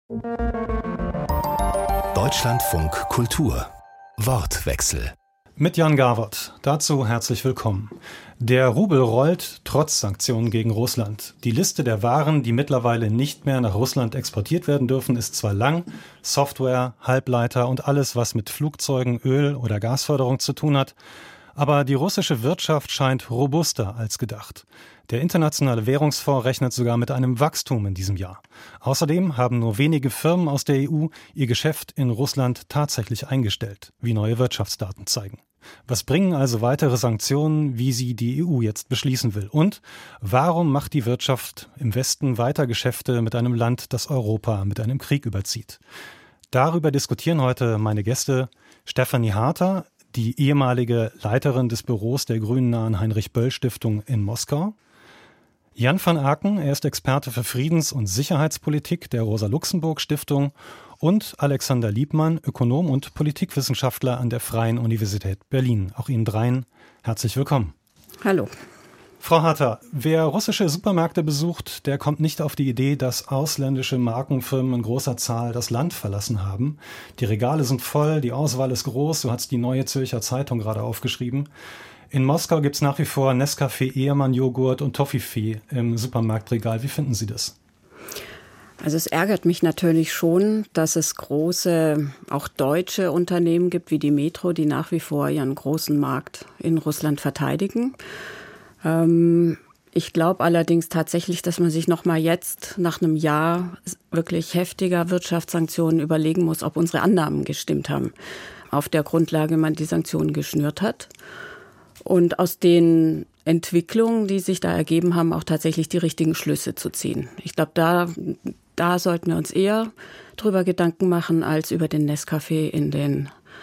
Deutschlandfunk Kultur Wortwechsel mit Jan Gawert. Dazu herzlich willkommen. Der Rubel rollt trotz Sanktionen gegen Russland. Die Liste der Waren, die mittlerweile nicht mehr nach Russland exportiert werden dürfen, ist zwar lang. Software, Halbleiter und alles, was mit Flugzeugen, Öl- oder Gasförderung zu tun hat. Aber die russische Wirtschaft scheint robuster als gedacht. Der Internationale Währungsfonds rechnet sogar mit einem Wachstum in diesem Jahr. Außerdem haben nur wenige Firmen aus der EU ihr Geschäft in Russland tatsächlich eingestellt, wie neue Wirtschaftsdaten zeigen. Was bringen also weitere Sanktionen, wie sie die EU jetzt beschließen will? Und warum macht die Wirtschaft im Westen weiter Geschäfte mit einem Land, das Europa mit einem Krieg überzieht? Darüber diskutieren heute meine Gäste Stefanie Harter, die ehemalige Leiterin des Büros der grünennahen Heinrich-Böll-Stiftung in Moskau. Jan van Aken, er ist Experte für Friedens- und Sicherheitspolitik der Rosa-Luxemburg-Stiftung, und Alexander Liebmann, Ökonom und Politikwissenschaftler an der Freien Universität Berlin. Auch Ihnen dreien herzlich willkommen. Hallo. Frau Harter, wer russische Supermärkte besucht, der kommt nicht auf die Idee, dass ausländische Markenfirmen in großer Zahl das Land verlassen haben. Die Regale sind voll, die Auswahl ist groß, so hat es die Neue Zürcher Zeitung gerade aufgeschrieben. In Moskau gibt es nach wie vor Nescafé, Ehrmann-Joghurt und Toffifee im Supermarktregal. Wie finden Sie das? Also es ärgert mich natürlich schon, dass es große, auch deutsche Unternehmen gibt, wie die Metro, die nach wie vor ihren großen Markt in Russland verteidigen. Ich glaube allerdings tatsächlich, dass man sich noch mal jetzt nach einem Jahr wirklich heftiger Wirtschaftssanktionen überlegen muss, ob unsere Annahmen gestimmt haben, auf der Grundlage man die Sanktionen geschnürt hat. Und aus den Entwicklungen, die sich da ergeben haben, auch tatsächlich die richtigen Schlüsse zu ziehen. Ich glaube, da sollten wir uns eher drüber Gedanken machen, als über den Nescafé in den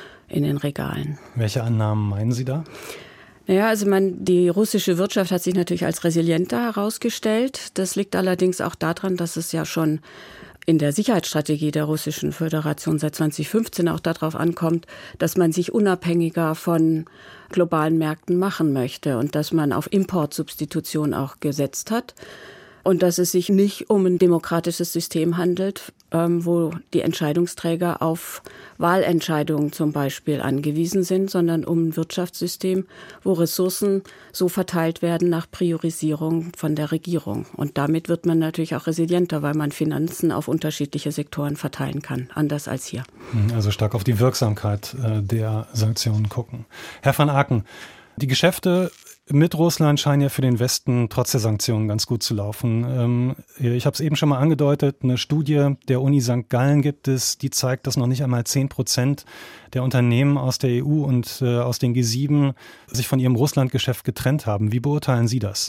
Regalen. Welche Annahmen meinen Sie da? Naja, also die russische Wirtschaft hat sich natürlich als resilienter herausgestellt. Das liegt allerdings auch daran, dass es ja schon in der Sicherheitsstrategie der Russischen Föderation seit 2015 auch darauf ankommt, dass man sich unabhängiger von globalen Märkten machen möchte und dass man auf Importsubstitution auch gesetzt hat. Und dass es sich nicht um ein demokratisches System handelt, wo die Entscheidungsträger auf Wahlentscheidungen zum Beispiel angewiesen sind, sondern um ein Wirtschaftssystem, wo Ressourcen so verteilt werden nach Priorisierung von der Regierung. Und damit wird man natürlich auch resilienter, weil man Finanzen auf unterschiedliche Sektoren verteilen kann, anders als hier. Also stark auf die Wirksamkeit der Sanktionen gucken. Herr van Aken, die Geschäfte mit Russland scheinen ja für den Westen trotz der Sanktionen ganz gut zu laufen. Ich habe es eben schon mal angedeutet, eine Studie der Uni St. Gallen gibt es, die zeigt, dass noch nicht einmal 10% der Unternehmen aus der EU und aus den G7 sich von ihrem Russlandgeschäft getrennt haben. Wie beurteilen Sie das?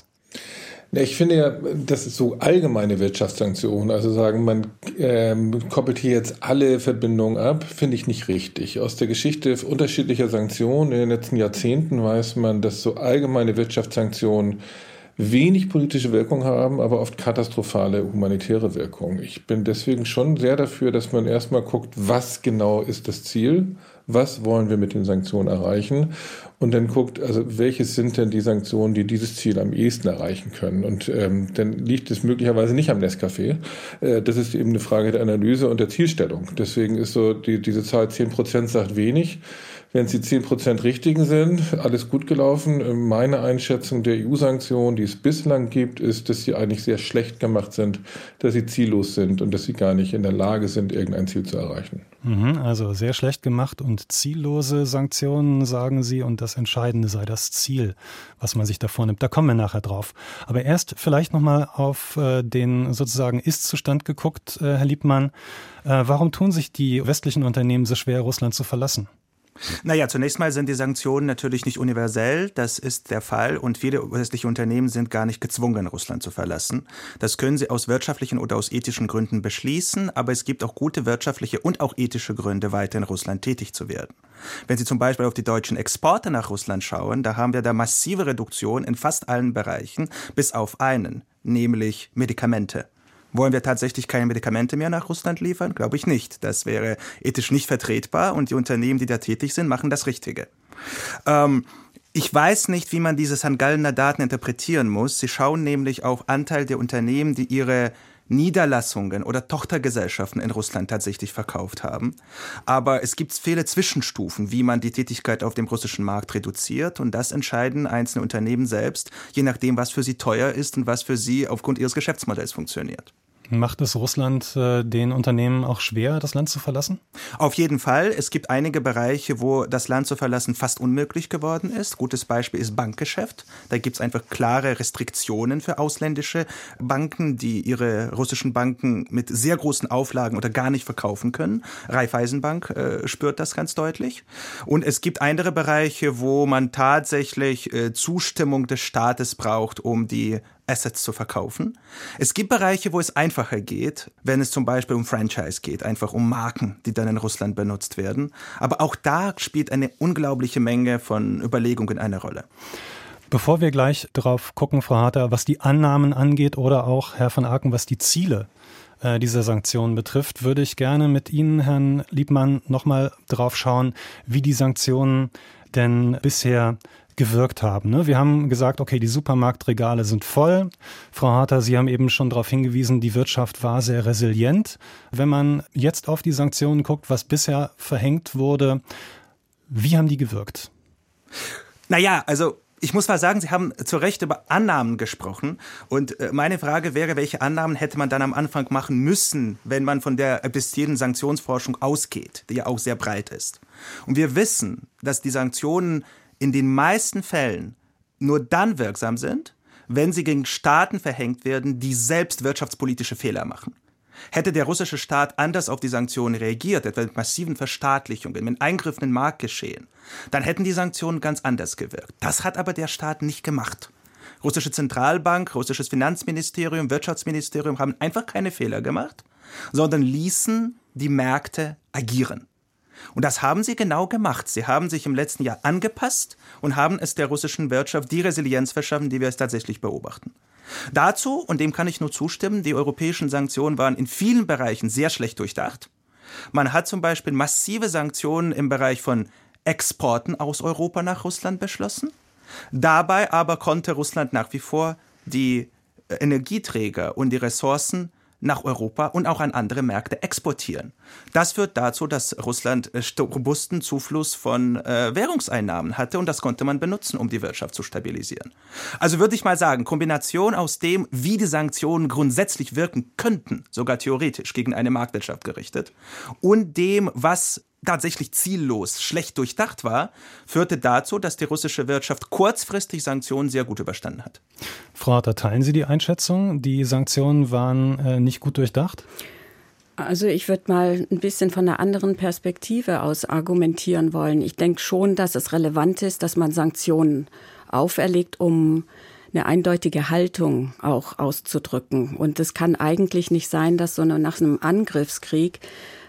Ich finde ja, das ist so allgemeine Wirtschaftssanktionen, also sagen, man koppelt hier jetzt alle Verbindungen ab, finde ich nicht richtig. Aus der Geschichte unterschiedlicher Sanktionen in den letzten Jahrzehnten weiß man, dass so allgemeine Wirtschaftssanktionen wenig politische Wirkung haben, aber oft katastrophale humanitäre Wirkung. Ich bin deswegen schon sehr dafür, dass man erstmal guckt, was genau ist das Ziel, was wollen wir mit den Sanktionen erreichen und dann guckt, also welches sind denn die Sanktionen, die dieses Ziel am ehesten erreichen können. Und dann liegt es möglicherweise nicht am Nescafé. Das ist eben eine Frage der Analyse und der Zielstellung. Deswegen ist so diese Zahl 10% sagt wenig. Wenn es die 10% richtigen sind, alles gut gelaufen. Meine Einschätzung der EU-Sanktionen, die es bislang gibt, ist, dass sie eigentlich sehr schlecht gemacht sind, dass sie ziellos sind und dass sie gar nicht in der Lage sind, irgendein Ziel zu erreichen. Also sehr schlecht gemacht und ziellose Sanktionen, sagen Sie, und das Entscheidende sei das Ziel, was man sich da vornimmt. Da kommen wir nachher drauf. Aber erst vielleicht nochmal auf den sozusagen Ist-Zustand geguckt, Herr Liebmann. Warum tun sich die westlichen Unternehmen so schwer, Russland zu verlassen? Naja, zunächst mal sind die Sanktionen natürlich nicht universell. Das ist der Fall. Und viele westliche Unternehmen sind gar nicht gezwungen, Russland zu verlassen. Das können sie aus wirtschaftlichen oder aus ethischen Gründen beschließen. Aber es gibt auch gute wirtschaftliche und auch ethische Gründe, weiter in Russland tätig zu werden. Wenn Sie zum Beispiel auf die deutschen Exporte nach Russland schauen, da haben wir da massive Reduktion in fast allen Bereichen, bis auf einen, nämlich Medikamente. Wollen wir tatsächlich keine Medikamente mehr nach Russland liefern? Glaube ich nicht. Das wäre ethisch nicht vertretbar und die Unternehmen, die da tätig sind, machen das Richtige. Ich weiß nicht, wie man diese St. Gallener Daten interpretieren muss. Sie schauen nämlich auf Anteil der Unternehmen, die ihre Niederlassungen oder Tochtergesellschaften in Russland tatsächlich verkauft haben. Aber es gibt viele Zwischenstufen, wie man die Tätigkeit auf dem russischen Markt reduziert. Und das entscheiden einzelne Unternehmen selbst, je nachdem, was für sie teuer ist und was für sie aufgrund ihres Geschäftsmodells funktioniert. Macht es Russland den Unternehmen auch schwer, das Land zu verlassen? Auf jeden Fall. Es gibt einige Bereiche, wo das Land zu verlassen fast unmöglich geworden ist. Gutes Beispiel ist Bankgeschäft. Da gibt es einfach klare Restriktionen für ausländische Banken, die ihre russischen Banken mit sehr großen Auflagen oder gar nicht verkaufen können. Raiffeisenbank spürt das ganz deutlich. Und es gibt andere Bereiche, wo man tatsächlich Zustimmung des Staates braucht, um die Assets zu verkaufen. Es gibt Bereiche, wo es einfacher geht, wenn es zum Beispiel um Franchise geht, einfach um Marken, die dann in Russland benutzt werden. Aber auch da spielt eine unglaubliche Menge von Überlegungen eine Rolle. Bevor wir gleich drauf gucken, Frau Harter, was die Annahmen angeht oder auch, Herr von Aken, was die Ziele dieser Sanktionen betrifft, würde ich gerne mit Ihnen, Herrn Liebmann, nochmal drauf schauen, wie die Sanktionen denn bisher gewirkt haben. Wir haben gesagt, okay, die Supermarktregale sind voll. Frau Harter, Sie haben eben schon darauf hingewiesen, die Wirtschaft war sehr resilient. Wenn man jetzt auf die Sanktionen guckt, was bisher verhängt wurde, wie haben die gewirkt? Naja, also ich muss mal sagen, Sie haben zu Recht über Annahmen gesprochen. Und meine Frage wäre, welche Annahmen hätte man dann am Anfang machen müssen, wenn man von der existierenden Sanktionsforschung ausgeht, die ja auch sehr breit ist. Und wir wissen, dass die Sanktionen in den meisten Fällen nur dann wirksam sind, wenn sie gegen Staaten verhängt werden, die selbst wirtschaftspolitische Fehler machen. Hätte der russische Staat anders auf die Sanktionen reagiert, etwa mit massiven Verstaatlichungen, mit Eingriffen in Marktgeschehen, dann hätten die Sanktionen ganz anders gewirkt. Das hat aber der Staat nicht gemacht. Russische Zentralbank, russisches Finanzministerium, Wirtschaftsministerium haben einfach keine Fehler gemacht, sondern ließen die Märkte agieren. Und das haben sie genau gemacht. Sie haben sich im letzten Jahr angepasst und haben es der russischen Wirtschaft die Resilienz verschaffen, die wir es tatsächlich beobachten. Dazu, und dem kann ich nur zustimmen, die europäischen Sanktionen waren in vielen Bereichen sehr schlecht durchdacht. Man hat zum Beispiel massive Sanktionen im Bereich von Exporten aus Europa nach Russland beschlossen. Dabei aber konnte Russland nach wie vor die Energieträger und die Ressourcen nach Europa und auch an andere Märkte exportieren. Das führt dazu, dass Russland robusten Zufluss von Währungseinnahmen hatte und das konnte man benutzen, um die Wirtschaft zu stabilisieren. Also würde ich mal sagen, Kombination aus dem, wie die Sanktionen grundsätzlich wirken könnten, sogar theoretisch gegen eine Marktwirtschaft gerichtet, und dem, was tatsächlich ziellos, schlecht durchdacht war, führte dazu, dass die russische Wirtschaft kurzfristig Sanktionen sehr gut überstanden hat. Frau Harter, teilen Sie die Einschätzung, die Sanktionen waren nicht gut durchdacht? Also ich würde mal ein bisschen von einer anderen Perspektive aus argumentieren wollen. Ich denke schon, dass es relevant ist, dass man Sanktionen auferlegt, um eine eindeutige Haltung auch auszudrücken. Und es kann eigentlich nicht sein, dass so nach einem Angriffskrieg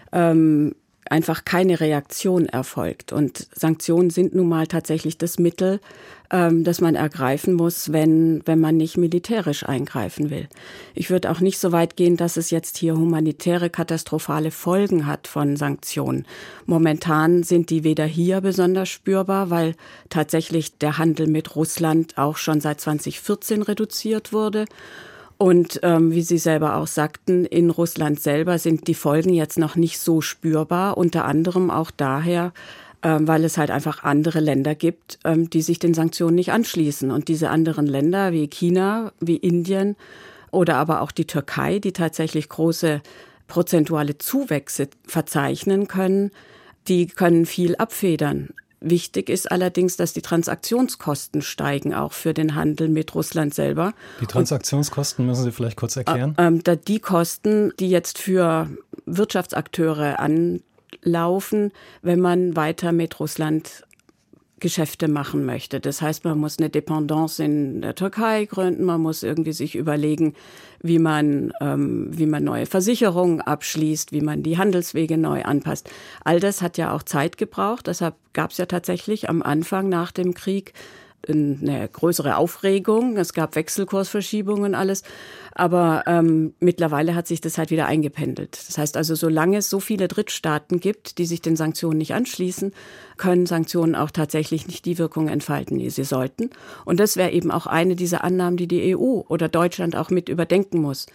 einfach keine Reaktion erfolgt. Und Sanktionen sind nun mal tatsächlich das Mittel, das man ergreifen muss, wenn man nicht militärisch eingreifen will. Ich würde auch nicht so weit gehen, dass es jetzt hier humanitäre, katastrophale Folgen hat von Sanktionen. Momentan sind die weder hier besonders spürbar, weil tatsächlich der Handel mit Russland auch schon seit 2014 reduziert wurde. Und wie Sie selber auch sagten, in Russland selber sind die Folgen jetzt noch nicht so spürbar, unter anderem auch daher, weil es halt einfach andere Länder gibt, die sich den Sanktionen nicht anschließen. Und diese anderen Länder wie China, wie Indien oder aber auch die Türkei, die tatsächlich große prozentuale Zuwächse verzeichnen können, die können viel abfedern. Wichtig ist allerdings, dass die Transaktionskosten steigen, auch für den Handel mit Russland selber. Die Transaktionskosten müssen Sie vielleicht kurz erklären? Die Kosten, die jetzt für Wirtschaftsakteure anlaufen, wenn man weiter mit Russland Geschäfte machen möchte. Das heißt, man muss eine Dependance in der Türkei gründen, man muss irgendwie sich überlegen, wie man neue Versicherungen abschließt, wie man die Handelswege neu anpasst. All das hat ja auch Zeit gebraucht. Deshalb gab es ja tatsächlich am Anfang nach dem Krieg eine größere Aufregung. Es gab Wechselkursverschiebungen, alles. Aber mittlerweile hat sich das halt wieder eingependelt. Das heißt also, solange es so viele Drittstaaten gibt, die sich den Sanktionen nicht anschließen, können Sanktionen auch tatsächlich nicht die Wirkung entfalten, die sie sollten. Und das wäre eben auch eine dieser Annahmen, die die EU oder Deutschland auch mit überdenken muss.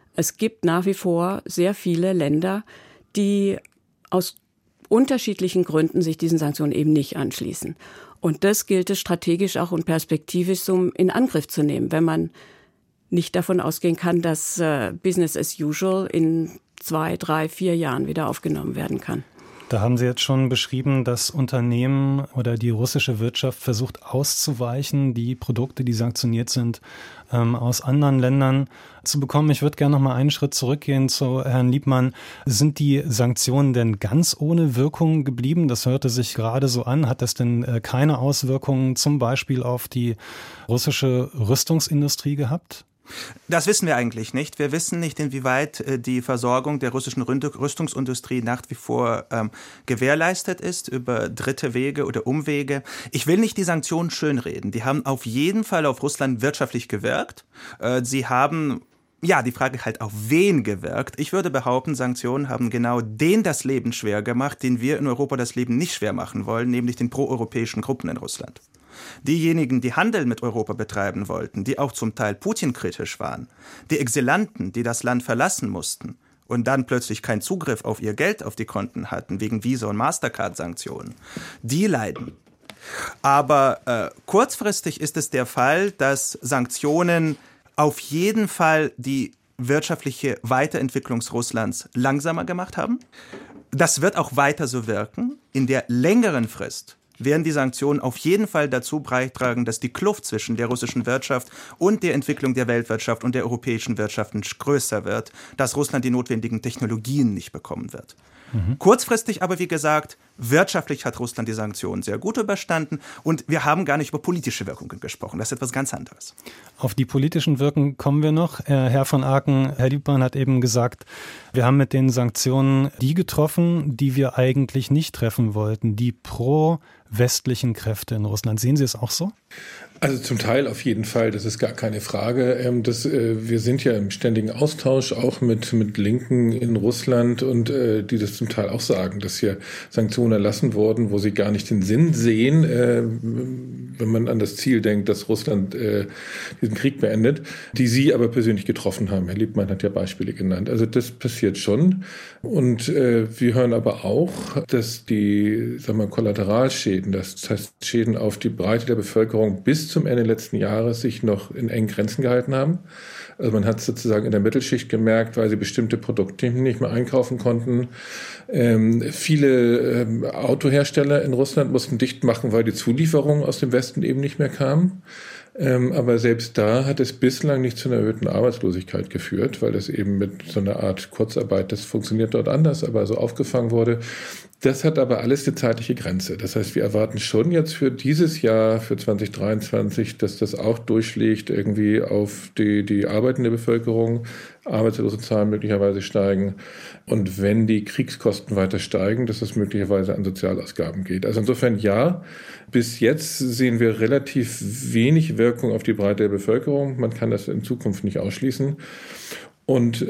Es gibt nach wie vor sehr viele Länder, die aus unterschiedlichen Gründen sich diesen Sanktionen eben nicht anschließen. Und das gilt es strategisch auch und perspektivisch so in Angriff zu nehmen, wenn man nicht davon ausgehen kann, dass Business as usual in 2, 3, 4 Jahren wieder aufgenommen werden kann. Da haben Sie jetzt schon beschrieben, dass Unternehmen oder die russische Wirtschaft versucht auszuweichen, die Produkte, die sanktioniert sind, aus anderen Ländern zu bekommen. Ich würde gerne noch mal einen Schritt zurückgehen zu Herrn Liebmann. Sind die Sanktionen denn ganz ohne Wirkung geblieben? Das hörte sich gerade so an. Hat das denn keine Auswirkungen zum Beispiel auf die russische Rüstungsindustrie gehabt? Das wissen wir eigentlich nicht. Wir wissen nicht, inwieweit die Versorgung der russischen Rüstungsindustrie nach wie vor gewährleistet ist über dritte Wege oder Umwege. Ich will nicht die Sanktionen schönreden. Die haben auf jeden Fall auf Russland wirtschaftlich gewirkt. Sie haben die Frage halt auf wen gewirkt. Ich würde behaupten, Sanktionen haben genau denen das Leben schwer gemacht, den wir in Europa das Leben nicht schwer machen wollen, nämlich den proeuropäischen Gruppen in Russland. Diejenigen, die Handel mit Europa betreiben wollten, die auch zum Teil Putin-kritisch waren, die Exilanten, die das Land verlassen mussten und dann plötzlich keinen Zugriff auf ihr Geld auf die Konten hatten, wegen Visa- und Mastercard-Sanktionen, die leiden. Aber kurzfristig ist es der Fall, dass Sanktionen auf jeden Fall die wirtschaftliche Weiterentwicklung Russlands langsamer gemacht haben. Das wird auch weiter so wirken. In der längeren Frist werden die Sanktionen auf jeden Fall dazu beitragen, dass die Kluft zwischen der russischen Wirtschaft und der Entwicklung der Weltwirtschaft und der europäischen Wirtschaften größer wird, dass Russland die notwendigen Technologien nicht bekommen wird. Kurzfristig aber, wie gesagt, wirtschaftlich hat Russland die Sanktionen sehr gut überstanden und wir haben gar nicht über politische Wirkungen gesprochen. Das ist etwas ganz anderes. Auf die politischen Wirkungen kommen wir noch. Herr von Aken, Herr Liebmann hat eben gesagt, wir haben mit den Sanktionen die getroffen, die wir eigentlich nicht treffen wollten, die pro-westlichen Kräfte in Russland. Sehen Sie es auch so? Also zum Teil auf jeden Fall, das ist gar keine Frage. Wir sind ja im ständigen Austausch auch mit Linken in Russland und die das zum Teil auch sagen, dass hier Sanktionen erlassen wurden, wo sie gar nicht den Sinn sehen, wenn man an das Ziel denkt, dass Russland diesen Krieg beendet, die Sie aber persönlich getroffen haben. Herr Liebmann hat ja Beispiele genannt. Also das passiert schon. Und wir hören aber auch, dass die Kollateralschäden, das heißt Schäden auf die Breite der Bevölkerung bis zum Ende letzten Jahres sich noch in engen Grenzen gehalten haben. Also man hat sozusagen in der Mittelschicht gemerkt, weil sie bestimmte Produkte nicht mehr einkaufen konnten. Viele Autohersteller in Russland mussten dicht machen, weil die Zulieferungen aus dem Westen eben nicht mehr kamen. Aber selbst da hat es bislang nicht zu einer erhöhten Arbeitslosigkeit geführt, weil das eben mit so einer Art Kurzarbeit, das funktioniert dort anders, aber so aufgefangen wurde. Das hat aber alles eine zeitliche Grenze. Das heißt, wir erwarten schon jetzt für dieses Jahr, für 2023, dass das auch durchschlägt irgendwie auf die arbeitende Bevölkerung, Arbeitslosenzahlen möglicherweise steigen und wenn die Kriegskosten weiter steigen, dass das möglicherweise an Sozialausgaben geht. Also insofern ja, bis jetzt sehen wir relativ wenig Wirkung auf die Breite der Bevölkerung. Man kann das in Zukunft nicht ausschließen. Und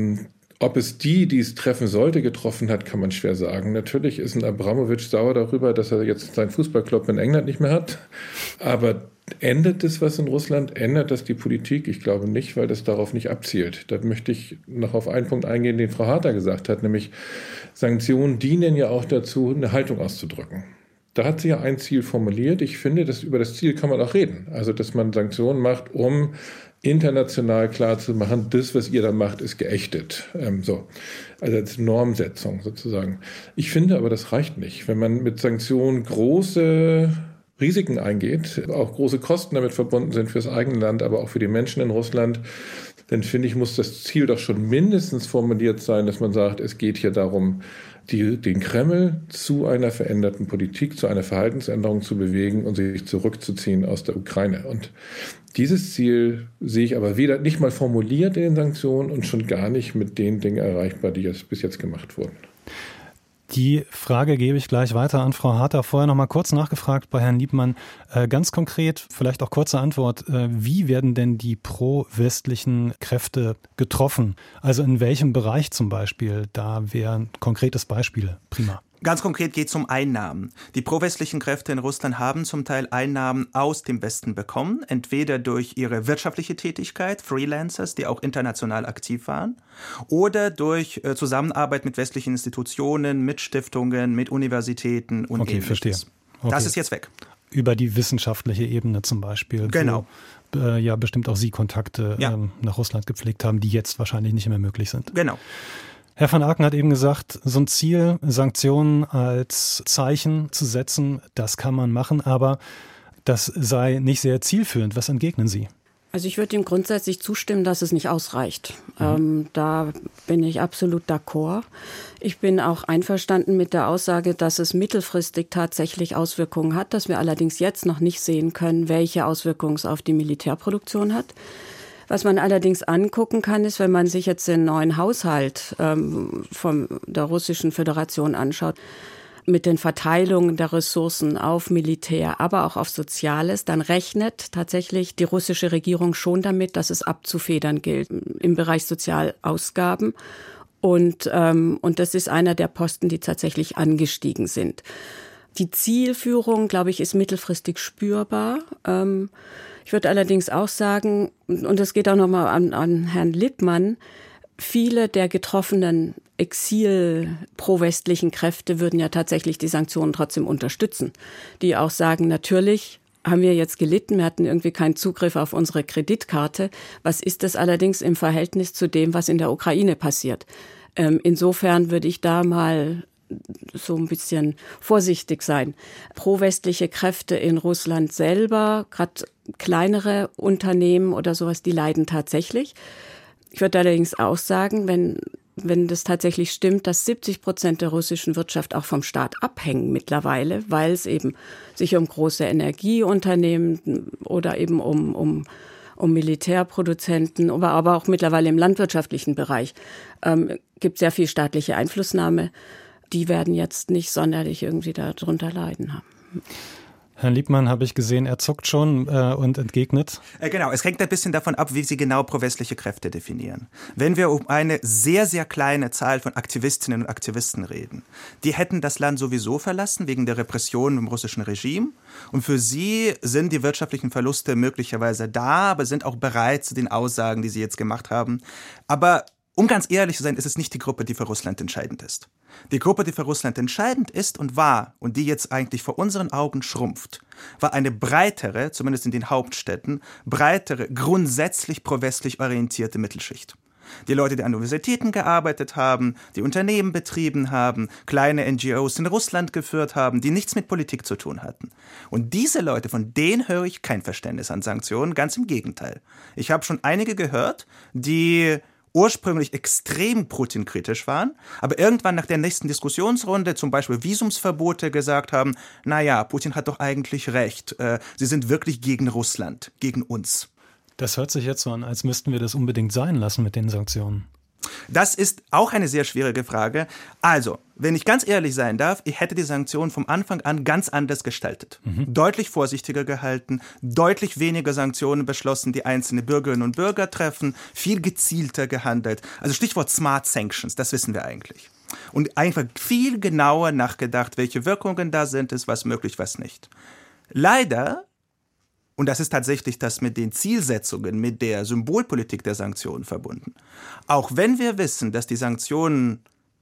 ob es die es treffen sollte, getroffen hat, kann man schwer sagen. Natürlich ist ein Abramowitsch sauer darüber, dass er jetzt seinen Fußballclub in England nicht mehr hat. Aber ändert das was in Russland? Ändert das die Politik? Ich glaube nicht, weil das darauf nicht abzielt. Da möchte ich noch auf einen Punkt eingehen, den Frau Harter gesagt hat, nämlich Sanktionen dienen ja auch dazu, eine Haltung auszudrücken. Da hat sie ja ein Ziel formuliert. Ich finde, dass über das Ziel kann man auch reden. Also, dass man Sanktionen macht, um international klar zu machen, das, was ihr da macht, ist geächtet. Also als Normsetzung sozusagen. Ich finde aber, das reicht nicht. Wenn man mit Sanktionen große Risiken eingeht, auch große Kosten damit verbunden sind fürs eigene Land, aber auch für die Menschen in Russland, dann finde ich, muss das Ziel doch schon mindestens formuliert sein, dass man sagt, es geht hier darum, den Kreml zu einer veränderten Politik, zu einer Verhaltensänderung zu bewegen und sich zurückzuziehen aus der Ukraine. Und dieses Ziel sehe ich aber nicht mal formuliert in den Sanktionen und schon gar nicht mit den Dingen erreichbar, die jetzt bis jetzt gemacht wurden. Die Frage gebe ich gleich weiter an Frau Harter. Vorher noch mal kurz nachgefragt bei Herrn Liebmann. Ganz konkret, vielleicht auch kurze Antwort. Wie werden denn die pro-westlichen Kräfte getroffen? Also in welchem Bereich zum Beispiel? Da wären konkretes Beispiele prima. Ganz konkret geht es um Einnahmen. Die pro-westlichen Kräfte in Russland haben zum Teil Einnahmen aus dem Westen bekommen, entweder durch ihre wirtschaftliche Tätigkeit, Freelancers, die auch international aktiv waren, oder durch Zusammenarbeit mit westlichen Institutionen, mit Stiftungen, mit Universitäten und Okay, Ähnliches. verstehe. Okay. Das ist jetzt weg. Über die wissenschaftliche Ebene zum Beispiel. Genau. Wo, ja, bestimmt auch Sie Kontakte nach Russland gepflegt haben, die jetzt wahrscheinlich nicht mehr möglich sind. Genau. Herr van Aken hat eben gesagt, so ein Ziel, Sanktionen als Zeichen zu setzen, das kann man machen, aber das sei nicht sehr zielführend. Was entgegnen Sie? Also ich würde ihm grundsätzlich zustimmen, dass es nicht ausreicht. Da bin ich absolut d'accord. Ich bin auch einverstanden mit der Aussage, dass es mittelfristig tatsächlich Auswirkungen hat, dass wir allerdings jetzt noch nicht sehen können, welche Auswirkungen es auf die Militärproduktion hat. Was man allerdings angucken kann, ist, wenn man sich jetzt den neuen Haushalt von der Russischen Föderation anschaut, mit den Verteilungen der Ressourcen auf Militär, aber auch auf Soziales, dann rechnet tatsächlich die russische Regierung schon damit, dass es abzufedern gilt im Bereich Sozialausgaben. Und das ist einer der Posten, die tatsächlich angestiegen sind. Die Zielführung, glaube ich, ist mittelfristig spürbar. Ich würde allerdings auch sagen, und das geht auch nochmal an Herrn Lippmann, viele der getroffenen exil-pro-westlichen Kräfte würden ja tatsächlich die Sanktionen trotzdem unterstützen. Die auch sagen, natürlich haben wir jetzt gelitten, wir hatten irgendwie keinen Zugriff auf unsere Kreditkarte. Was ist das allerdings im Verhältnis zu dem, was in der Ukraine passiert? Insofern würde ich da mal so ein bisschen vorsichtig sein. Pro-westliche Kräfte in Russland selber, gerade kleinere Unternehmen oder sowas, die leiden tatsächlich. Ich würde allerdings auch sagen, wenn das tatsächlich stimmt, dass 70% der russischen Wirtschaft auch vom Staat abhängen mittlerweile, weil es eben sich um große Energieunternehmen oder eben um Militärproduzenten, aber auch mittlerweile im landwirtschaftlichen Bereich gibt sehr viel staatliche Einflussnahme. Die werden jetzt nicht sonderlich irgendwie darunter leiden haben. Herrn Lippmann habe ich gesehen, er zuckt schon und entgegnet. Genau, es hängt ein bisschen davon ab, wie Sie genau pro-westliche Kräfte definieren. Wenn wir um eine sehr, sehr kleine Zahl von Aktivistinnen und Aktivisten reden, die hätten das Land sowieso verlassen wegen der Repression im russischen Regime. Und für sie sind die wirtschaftlichen Verluste möglicherweise da, aber sind auch bereit zu den Aussagen, die sie jetzt gemacht haben. Aber um ganz ehrlich zu sein, ist es nicht die Gruppe, die für Russland entscheidend ist. Die Gruppe, die für Russland entscheidend ist und war und die jetzt eigentlich vor unseren Augen schrumpft, war eine breitere, zumindest in den Hauptstädten, breitere, grundsätzlich pro-westlich orientierte Mittelschicht. Die Leute, die an Universitäten gearbeitet haben, die Unternehmen betrieben haben, kleine NGOs in Russland geführt haben, die nichts mit Politik zu tun hatten. Und diese Leute, von denen höre ich kein Verständnis an Sanktionen, ganz im Gegenteil. Ich habe schon einige gehört, die ursprünglich extrem Putin-kritisch waren, aber irgendwann nach der nächsten Diskussionsrunde, zum Beispiel Visumsverbote, gesagt haben, naja, Putin hat doch eigentlich recht, sie sind wirklich gegen Russland, gegen uns. Das hört sich jetzt so an, als müssten wir das unbedingt sein lassen mit den Sanktionen. Das ist auch eine sehr schwierige Frage. Also, wenn ich ganz ehrlich sein darf, ich hätte die Sanktionen vom Anfang an ganz anders gestaltet. Deutlich vorsichtiger gehalten, deutlich weniger Sanktionen beschlossen, die einzelne Bürgerinnen und Bürger treffen, viel gezielter gehandelt. Also Stichwort Smart Sanctions, das wissen wir eigentlich. Und einfach viel genauer nachgedacht, welche Wirkungen da sind, ist was möglich, was nicht. Leider, und das ist tatsächlich das mit den Zielsetzungen, mit der Symbolpolitik der Sanktionen verbunden. Auch wenn wir wissen, dass die Sanktionen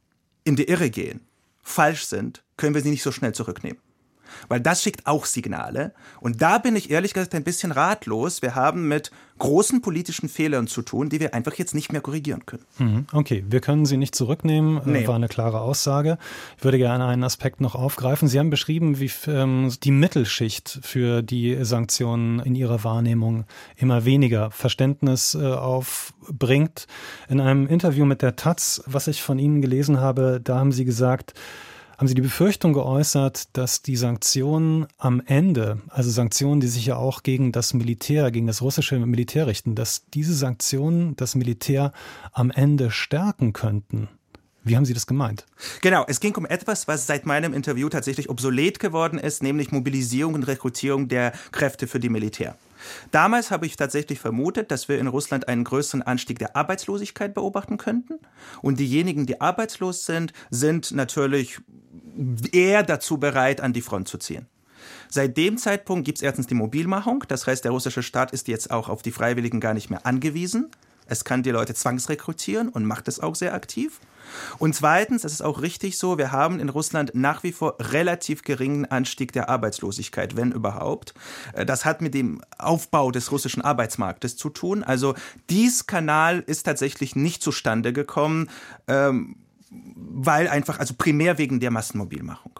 in die Irre gehen, falsch sind, können wir sie nicht so schnell zurücknehmen. Weil das schickt auch Signale. Und da bin ich ehrlich gesagt ein bisschen ratlos. Wir haben mit großen politischen Fehlern zu tun, die wir einfach jetzt nicht mehr korrigieren können. Okay, wir können sie nicht zurücknehmen, war eine klare Aussage. Ich würde gerne einen Aspekt noch aufgreifen. Sie haben beschrieben, wie die Mittelschicht für die Sanktionen in ihrer Wahrnehmung immer weniger Verständnis aufbringt. In einem Interview mit der Taz, was ich von Ihnen gelesen habe, da haben Sie gesagt, haben Sie die Befürchtung geäußert, dass die Sanktionen am Ende, also Sanktionen, die sich ja auch gegen das Militär, gegen das russische Militär richten, dass diese Sanktionen das Militär am Ende stärken könnten? Wie haben Sie das gemeint? Genau, es ging um etwas, was seit meinem Interview tatsächlich obsolet geworden ist, nämlich Mobilisierung und Rekrutierung der Kräfte für die Militär. Damals habe ich tatsächlich vermutet, dass wir in Russland einen größeren Anstieg der Arbeitslosigkeit beobachten könnten. Und diejenigen, die arbeitslos sind, sind natürlich eher dazu bereit, an die Front zu ziehen. Seit dem Zeitpunkt gibt es erstens die Mobilmachung, das heißt, der russische Staat ist jetzt auch auf die Freiwilligen gar nicht mehr angewiesen. Es kann die Leute zwangsrekrutieren und macht es auch sehr aktiv. Und zweitens, es ist auch richtig so, wir haben in Russland nach wie vor relativ geringen Anstieg der Arbeitslosigkeit, wenn überhaupt. Das hat mit dem Aufbau des russischen Arbeitsmarktes zu tun. Also dieser Kanal ist tatsächlich nicht zustande gekommen, weil einfach, also primär wegen der Massenmobilmachung.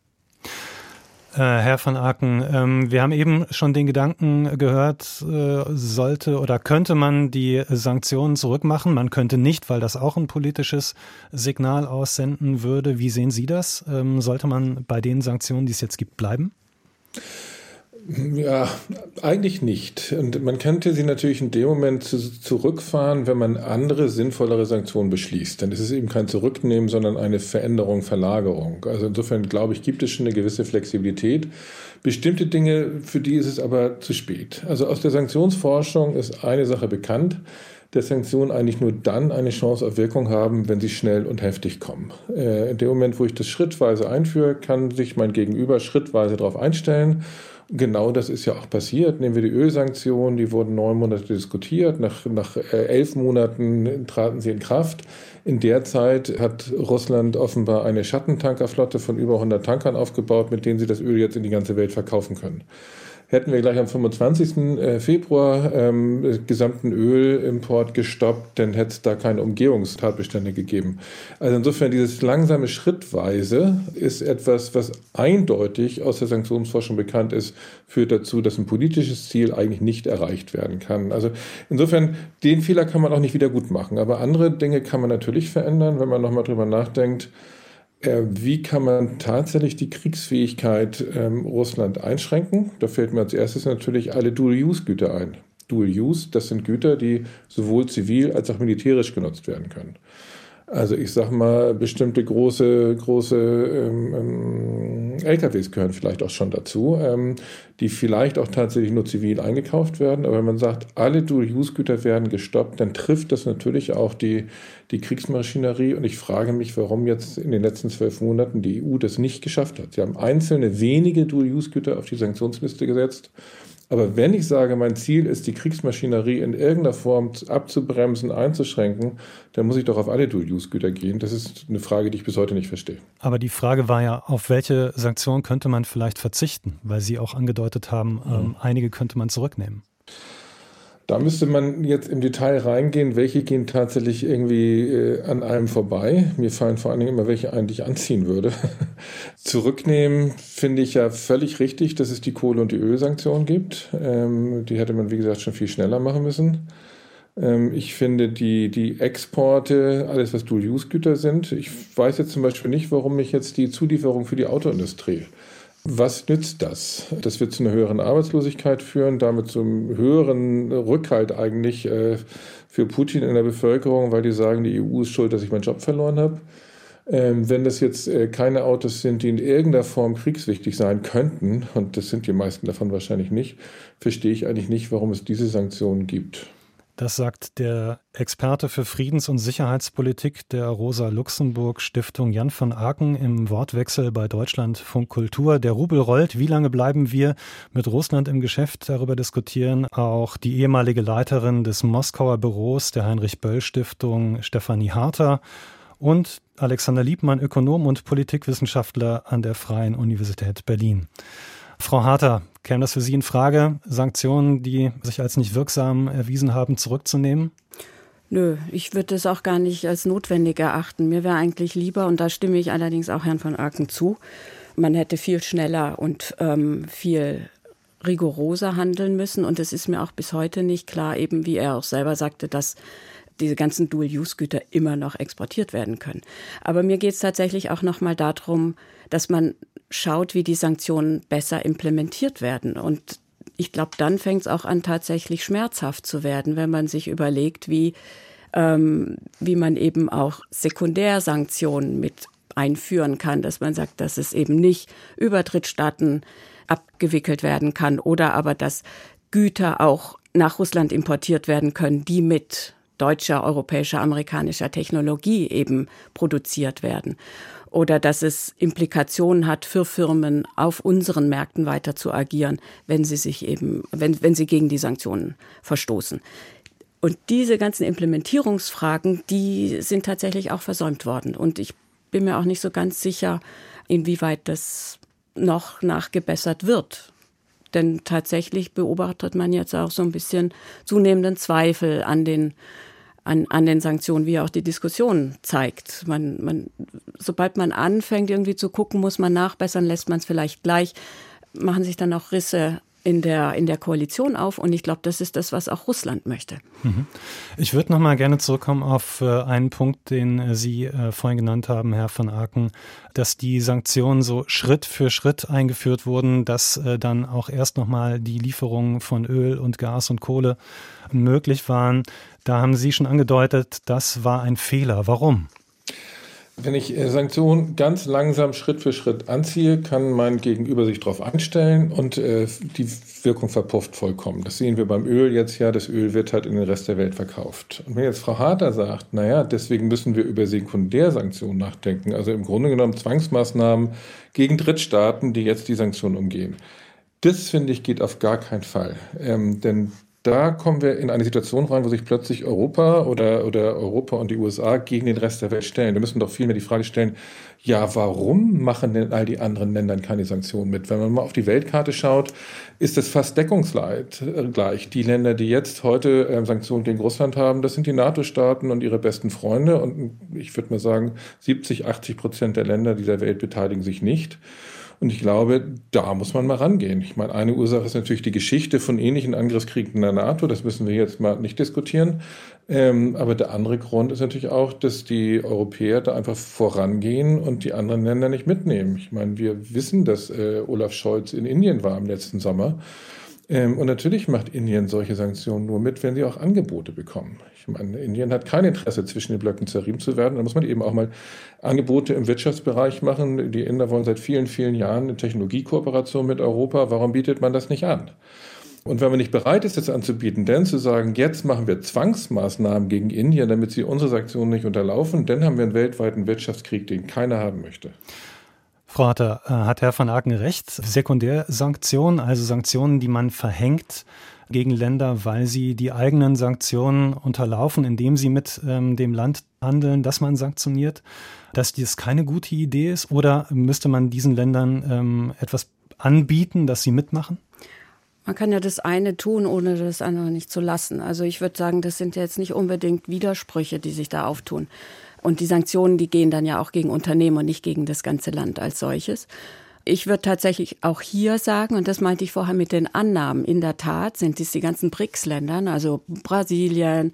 Herr van Aken, wir haben eben schon den Gedanken gehört, sollte oder könnte man die Sanktionen zurückmachen? Man könnte nicht, weil das auch ein politisches Signal aussenden würde. Wie sehen Sie das? Sollte man bei den Sanktionen, die es jetzt gibt, bleiben? Ja, eigentlich nicht. Und man könnte sie natürlich in dem Moment zurückfahren, wenn man andere, sinnvollere Sanktionen beschließt. Dann ist es eben kein Zurücknehmen, sondern eine Veränderung, Verlagerung. Also insofern, glaube ich, gibt es schon eine gewisse Flexibilität. Bestimmte Dinge, für die ist es aber zu spät. Also aus der Sanktionsforschung ist eine Sache bekannt, dass Sanktionen eigentlich nur dann eine Chance auf Wirkung haben, wenn sie schnell und heftig kommen. In dem Moment, wo ich das schrittweise einführe, kann sich mein Gegenüber schrittweise darauf einstellen. Genau das ist ja auch passiert. Nehmen wir die Ölsanktionen, die wurden 9 Monate diskutiert. Nach 11 Monaten traten sie in Kraft. In der Zeit hat Russland offenbar eine Schattentankerflotte von über 100 Tankern aufgebaut, mit denen sie das Öl jetzt in die ganze Welt verkaufen können. Hätten wir gleich am 25. Februar gesamten Ölimport gestoppt, dann hätte es da keine Umgehungstatbestände gegeben. Also insofern dieses langsame Schrittweise ist etwas, was eindeutig aus der Sanktionsforschung bekannt ist, führt dazu, dass ein politisches Ziel eigentlich nicht erreicht werden kann. Also insofern, den Fehler kann man auch nicht wieder gut machen. Aber andere Dinge kann man natürlich verändern, wenn man nochmal drüber nachdenkt. Wie kann man tatsächlich die Kriegsfähigkeit Russland einschränken? Da fällt mir als erstes natürlich alle Dual-Use-Güter ein. Dual-Use, das sind Güter, die sowohl zivil als auch militärisch genutzt werden können. Also ich sag mal, bestimmte große LKWs gehören vielleicht auch schon dazu, die vielleicht auch tatsächlich nur zivil eingekauft werden. Aber wenn man sagt, alle Dual-Use-Güter werden gestoppt, dann trifft das natürlich auch die Kriegsmaschinerie. Und ich frage mich, warum jetzt in den letzten 12 Monaten die EU das nicht geschafft hat. Sie haben einzelne wenige Dual-Use-Güter auf die Sanktionsliste gesetzt. Aber wenn ich sage, mein Ziel ist, die Kriegsmaschinerie in irgendeiner Form abzubremsen, einzuschränken, dann muss ich doch auf alle Dual-Use-Güter gehen. Das ist eine Frage, die ich bis heute nicht verstehe. Aber die Frage war ja, auf welche Sanktionen könnte man vielleicht verzichten? Weil Sie auch angedeutet haben, einige könnte man zurücknehmen. Da müsste man jetzt im Detail reingehen, welche gehen tatsächlich irgendwie an einem vorbei. Mir fallen vor allen Dingen immer welche ein, die ich anziehen würde. Zurücknehmen finde ich ja völlig richtig, dass es die Kohle- und die Ölsanktionen gibt. Die hätte man, wie gesagt, schon viel schneller machen müssen. Ich finde die Exporte, alles was Dual-Use-Güter sind, ich weiß jetzt zum Beispiel nicht, warum mich jetzt die Zulieferung für die Autoindustrie. Was nützt das? Das wird zu einer höheren Arbeitslosigkeit führen, damit zu einem höheren Rückhalt eigentlich für Putin in der Bevölkerung, weil die sagen, die EU ist schuld, dass ich meinen Job verloren habe. Wenn das jetzt keine Autos sind, die in irgendeiner Form kriegswichtig sein könnten, und das sind die meisten davon wahrscheinlich nicht, verstehe ich eigentlich nicht, warum es diese Sanktionen gibt. Das sagt der Experte für Friedens- und Sicherheitspolitik der Rosa-Luxemburg-Stiftung Jan van Aken im Wortwechsel bei Deutschlandfunk Kultur. Der Rubel rollt. Wie lange bleiben wir mit Russland im Geschäft? Darüber diskutieren auch die ehemalige Leiterin des Moskauer Büros der Heinrich-Böll-Stiftung, Stefanie Harter, und Alexander Liebmann, Ökonom und Politikwissenschaftler an der Freien Universität Berlin. Frau Harter, käme das für Sie in Frage, Sanktionen, die sich als nicht wirksam erwiesen haben, zurückzunehmen? Nö, ich würde es auch gar nicht als notwendig erachten. Mir wäre eigentlich lieber, und da stimme ich allerdings auch Herrn van Aken zu, man hätte viel schneller und viel rigoroser handeln müssen. Und es ist mir auch bis heute nicht klar, eben wie er auch selber sagte, dass diese ganzen Dual-Use-Güter immer noch exportiert werden können. Aber mir geht es tatsächlich auch noch mal darum, dass man schaut, wie die Sanktionen besser implementiert werden. Und ich glaube, dann fängt es auch an, tatsächlich schmerzhaft zu werden, wenn man sich überlegt, wie man eben auch Sekundärsanktionen mit einführen kann, dass man sagt, dass es eben nicht über Drittstaaten abgewickelt werden kann oder aber, dass Güter auch nach Russland importiert werden können, die mit deutscher, europäischer, amerikanischer Technologie eben produziert werden. Oder dass es Implikationen hat für Firmen, auf unseren Märkten weiter zu agieren, wenn sie gegen die Sanktionen verstoßen. Und diese ganzen Implementierungsfragen, die sind tatsächlich auch versäumt worden. Und ich bin mir auch nicht so ganz sicher, inwieweit das noch nachgebessert wird. Denn tatsächlich beobachtet man jetzt auch so ein bisschen zunehmenden Zweifel an den Sanktionen, wie auch die Diskussion zeigt. Sobald man anfängt, irgendwie zu gucken, muss man nachbessern, lässt man es vielleicht gleich, machen sich dann auch Risse in der Koalition auf. Und ich glaube, das ist das, was auch Russland möchte. Ich würde noch mal gerne zurückkommen auf einen Punkt, den Sie vorhin genannt haben, Herr von Aken, dass die Sanktionen so Schritt für Schritt eingeführt wurden, dass dann auch erst noch mal die Lieferungen von Öl und Gas und Kohle möglich waren. Da haben Sie schon angedeutet, das war ein Fehler. Warum? Wenn ich Sanktionen ganz langsam Schritt für Schritt anziehe, kann mein Gegenüber sich darauf einstellen und die Wirkung verpufft vollkommen. Das sehen wir beim Öl jetzt ja. Das Öl wird halt in den Rest der Welt verkauft. Und wenn jetzt Frau Harter sagt, naja, deswegen müssen wir über Sekundärsanktionen nachdenken, also im Grunde genommen Zwangsmaßnahmen gegen Drittstaaten, die jetzt die Sanktionen umgehen. Das, finde ich, geht auf gar keinen Fall. Denn da kommen wir in eine Situation rein, wo sich plötzlich Europa oder Europa und die USA gegen den Rest der Welt stellen. Wir müssen doch vielmehr die Frage stellen, ja, warum machen denn all die anderen Länder keine Sanktionen mit? Wenn man mal auf die Weltkarte schaut, ist es fast deckungsgleich. Die Länder, die jetzt heute Sanktionen gegen Russland haben, das sind die NATO-Staaten und ihre besten Freunde. Und ich würde mal sagen, 70-80% der Länder dieser Welt beteiligen sich nicht. Und ich glaube, da muss man mal rangehen. Ich meine, eine Ursache ist natürlich die Geschichte von ähnlichen Angriffskriegen in der NATO. Das müssen wir jetzt mal nicht diskutieren. Aber der andere Grund ist natürlich auch, dass die Europäer da einfach vorangehen und die anderen Länder nicht mitnehmen. Ich meine, wir wissen, dass Olaf Scholz in Indien war im letzten Sommer. Und natürlich macht Indien solche Sanktionen nur mit, wenn sie auch Angebote bekommen. Ich meine, Indien hat kein Interesse, zwischen den Blöcken zerrieben zu werden. Da muss man eben auch mal Angebote im Wirtschaftsbereich machen. Die Inder wollen seit vielen, vielen Jahren eine Technologiekooperation mit Europa. Warum bietet man das nicht an? Und wenn man nicht bereit ist, das anzubieten, dann zu sagen, jetzt machen wir Zwangsmaßnahmen gegen Indien, damit sie unsere Sanktionen nicht unterlaufen, dann haben wir einen weltweiten Wirtschaftskrieg, den keiner haben möchte. Frau Harter, hat Herr von Aken recht? Sekundärsanktionen, also Sanktionen, die man verhängt gegen Länder, weil sie die eigenen Sanktionen unterlaufen, indem sie mit dem Land handeln, das man sanktioniert, dass dies keine gute Idee ist? Oder müsste man diesen Ländern etwas anbieten, dass sie mitmachen? Man kann ja das eine tun, ohne das andere nicht zu lassen. Also ich würde sagen, das sind jetzt nicht unbedingt Widersprüche, die sich da auftun. Und die Sanktionen, die gehen dann ja auch gegen Unternehmen und nicht gegen das ganze Land als solches. Ich würde tatsächlich auch hier sagen, und das meinte ich vorher mit den Annahmen, in der Tat sind es die ganzen BRICS-Ländern, also Brasilien,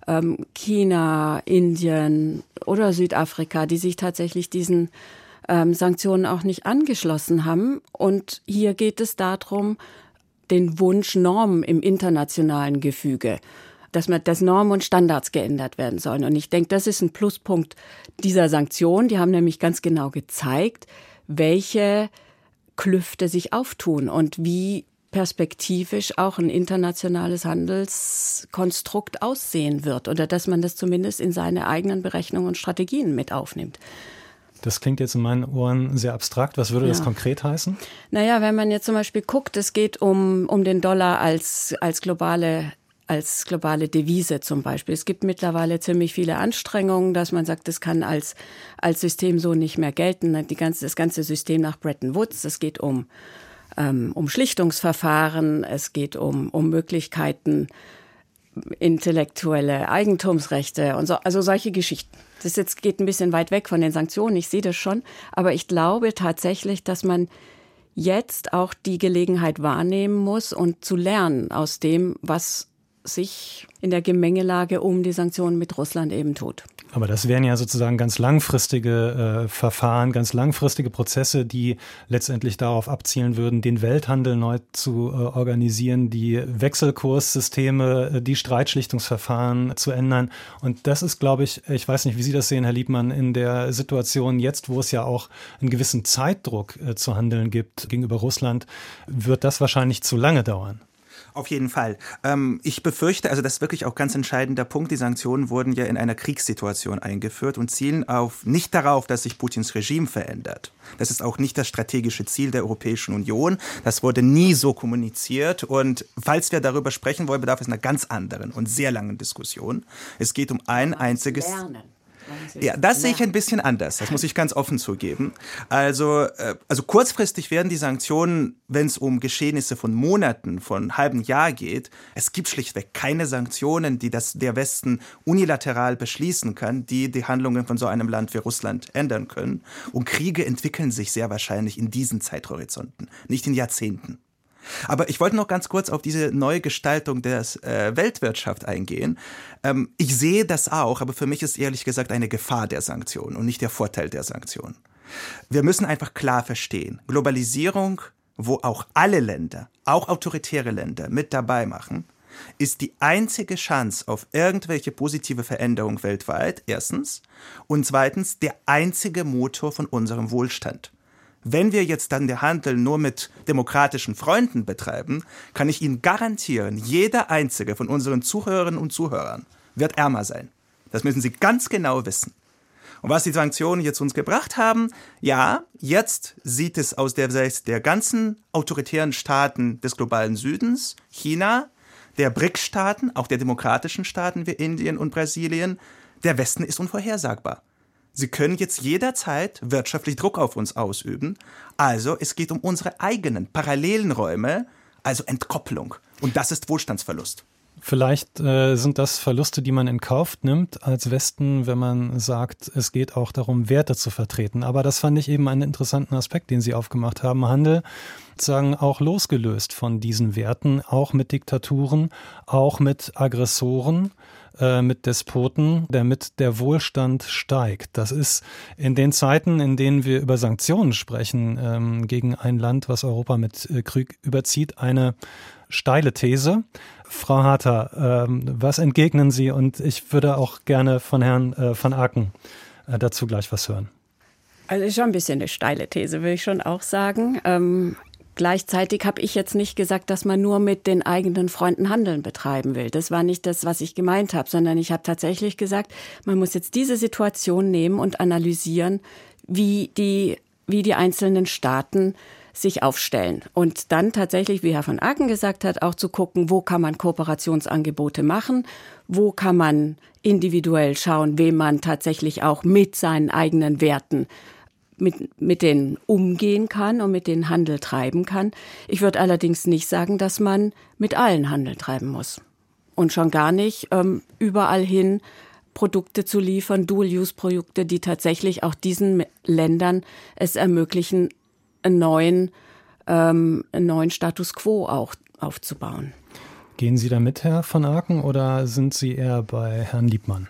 China, Indien oder Südafrika, die sich tatsächlich diesen Sanktionen auch nicht angeschlossen haben. Und hier geht es darum, den Wunsch, Normen im internationalen Gefüge, dass Normen und Standards geändert werden sollen. Und ich denke, das ist ein Pluspunkt dieser Sanktionen. Die haben nämlich ganz genau gezeigt, welche Klüfte sich auftun und wie perspektivisch auch ein internationales Handelskonstrukt aussehen wird oder dass man das zumindest in seine eigenen Berechnungen und Strategien mit aufnimmt. Das klingt jetzt in meinen Ohren sehr abstrakt. Was würde das konkret heißen? Naja, wenn man jetzt zum Beispiel guckt, es geht um den Dollar als globale Devise zum Beispiel. Es gibt mittlerweile ziemlich viele Anstrengungen, dass man sagt, das kann als System so nicht mehr gelten. Das ganze System nach Bretton Woods. Es geht um Schlichtungsverfahren, es geht um Möglichkeiten, intellektuelle Eigentumsrechte und so, also solche Geschichten. Das jetzt geht ein bisschen weit weg von den Sanktionen, ich sehe das schon, aber ich glaube tatsächlich, dass man jetzt auch die Gelegenheit wahrnehmen muss und zu lernen aus dem, was sich in der Gemengelage um die Sanktionen mit Russland eben tut. Aber das wären ja sozusagen ganz langfristige Verfahren, ganz langfristige Prozesse, die letztendlich darauf abzielen würden, den Welthandel neu zu organisieren, die Wechselkurssysteme, die Streitschlichtungsverfahren zu ändern. Und das ist, glaube ich weiß nicht, wie Sie das sehen, Herr Liebmann, in der Situation jetzt, wo es ja auch einen gewissen Zeitdruck zu handeln gibt gegenüber Russland, wird das wahrscheinlich zu lange dauern. Auf jeden Fall. Ich befürchte, also das ist wirklich auch ganz entscheidender Punkt, die Sanktionen wurden ja in einer Kriegssituation eingeführt und zielen nicht darauf, dass sich Putins Regime verändert. Das ist auch nicht das strategische Ziel der Europäischen Union. Das wurde nie so kommuniziert und falls wir darüber sprechen wollen, bedarf es einer ganz anderen und sehr langen Diskussion. Es geht um ein einziges... Ja, das sehe ich ein bisschen anders. Das muss ich ganz offen zugeben. Also kurzfristig werden die Sanktionen, wenn es um Geschehnisse von Monaten, von einem halben Jahr geht, es gibt schlichtweg keine Sanktionen, die der Westen unilateral beschließen kann, die die Handlungen von so einem Land wie Russland ändern können. Und Kriege entwickeln sich sehr wahrscheinlich in diesen Zeithorizonten, nicht in Jahrzehnten. Aber ich wollte noch ganz kurz auf diese neue Gestaltung der Weltwirtschaft eingehen. Ich sehe das auch, aber für mich ist ehrlich gesagt eine Gefahr der Sanktionen und nicht der Vorteil der Sanktionen. Wir müssen einfach klar verstehen, Globalisierung, wo auch alle Länder, auch autoritäre Länder mit dabei machen, ist die einzige Chance auf irgendwelche positive Veränderung weltweit, erstens, und zweitens der einzige Motor von unserem Wohlstand. Wenn wir jetzt dann den Handel nur mit demokratischen Freunden betreiben, kann ich Ihnen garantieren, jeder einzige von unseren Zuhörerinnen und Zuhörern wird ärmer sein. Das müssen Sie ganz genau wissen. Und was die Sanktionen jetzt uns gebracht haben, ja, jetzt sieht es aus der Sicht der ganzen autoritären Staaten des globalen Südens, China, der BRIC-Staaten, auch der demokratischen Staaten wie Indien und Brasilien, der Westen ist unvorhersagbar. Sie können jetzt jederzeit wirtschaftlich Druck auf uns ausüben. Also es geht um unsere eigenen parallelen Räume, also Entkopplung. Und das ist Wohlstandsverlust. Vielleicht sind das Verluste, die man in Kauf nimmt als Westen, wenn man sagt, es geht auch darum, Werte zu vertreten. Aber das fand ich eben einen interessanten Aspekt, den Sie aufgemacht haben. Handel, sagen, auch losgelöst von diesen Werten, auch mit Diktaturen, auch mit Aggressoren, mit Despoten, damit der Wohlstand steigt. Das ist in den Zeiten, in denen wir über Sanktionen sprechen, gegen ein Land, was Europa mit Krieg überzieht, eine steile These. Frau Harter, was entgegnen Sie? Und ich würde auch gerne von Herrn van Aken dazu gleich was hören. Also schon ein bisschen eine steile These, würde ich schon auch sagen. Gleichzeitig habe ich jetzt nicht gesagt, dass man nur mit den eigenen Freunden Handeln betreiben will. Das war nicht das, was ich gemeint habe, sondern ich habe tatsächlich gesagt, man muss jetzt diese Situation nehmen und analysieren, wie die einzelnen Staaten sich aufstellen. Und dann tatsächlich, wie Herr van Aken gesagt hat, auch zu gucken, wo kann man Kooperationsangebote machen, wo kann man individuell schauen, wem man tatsächlich auch mit seinen eigenen Werten mit denen umgehen kann und mit denen Handel treiben kann. Ich würde allerdings nicht sagen, dass man mit allen Handel treiben muss. Und schon gar nicht überall hin Produkte zu liefern, Dual-Use-Produkte, die tatsächlich auch diesen Ländern es ermöglichen, einen neuen Status quo auch aufzubauen. Gehen Sie da mit, Herr van Aken, oder sind Sie eher bei Herrn Liebmann?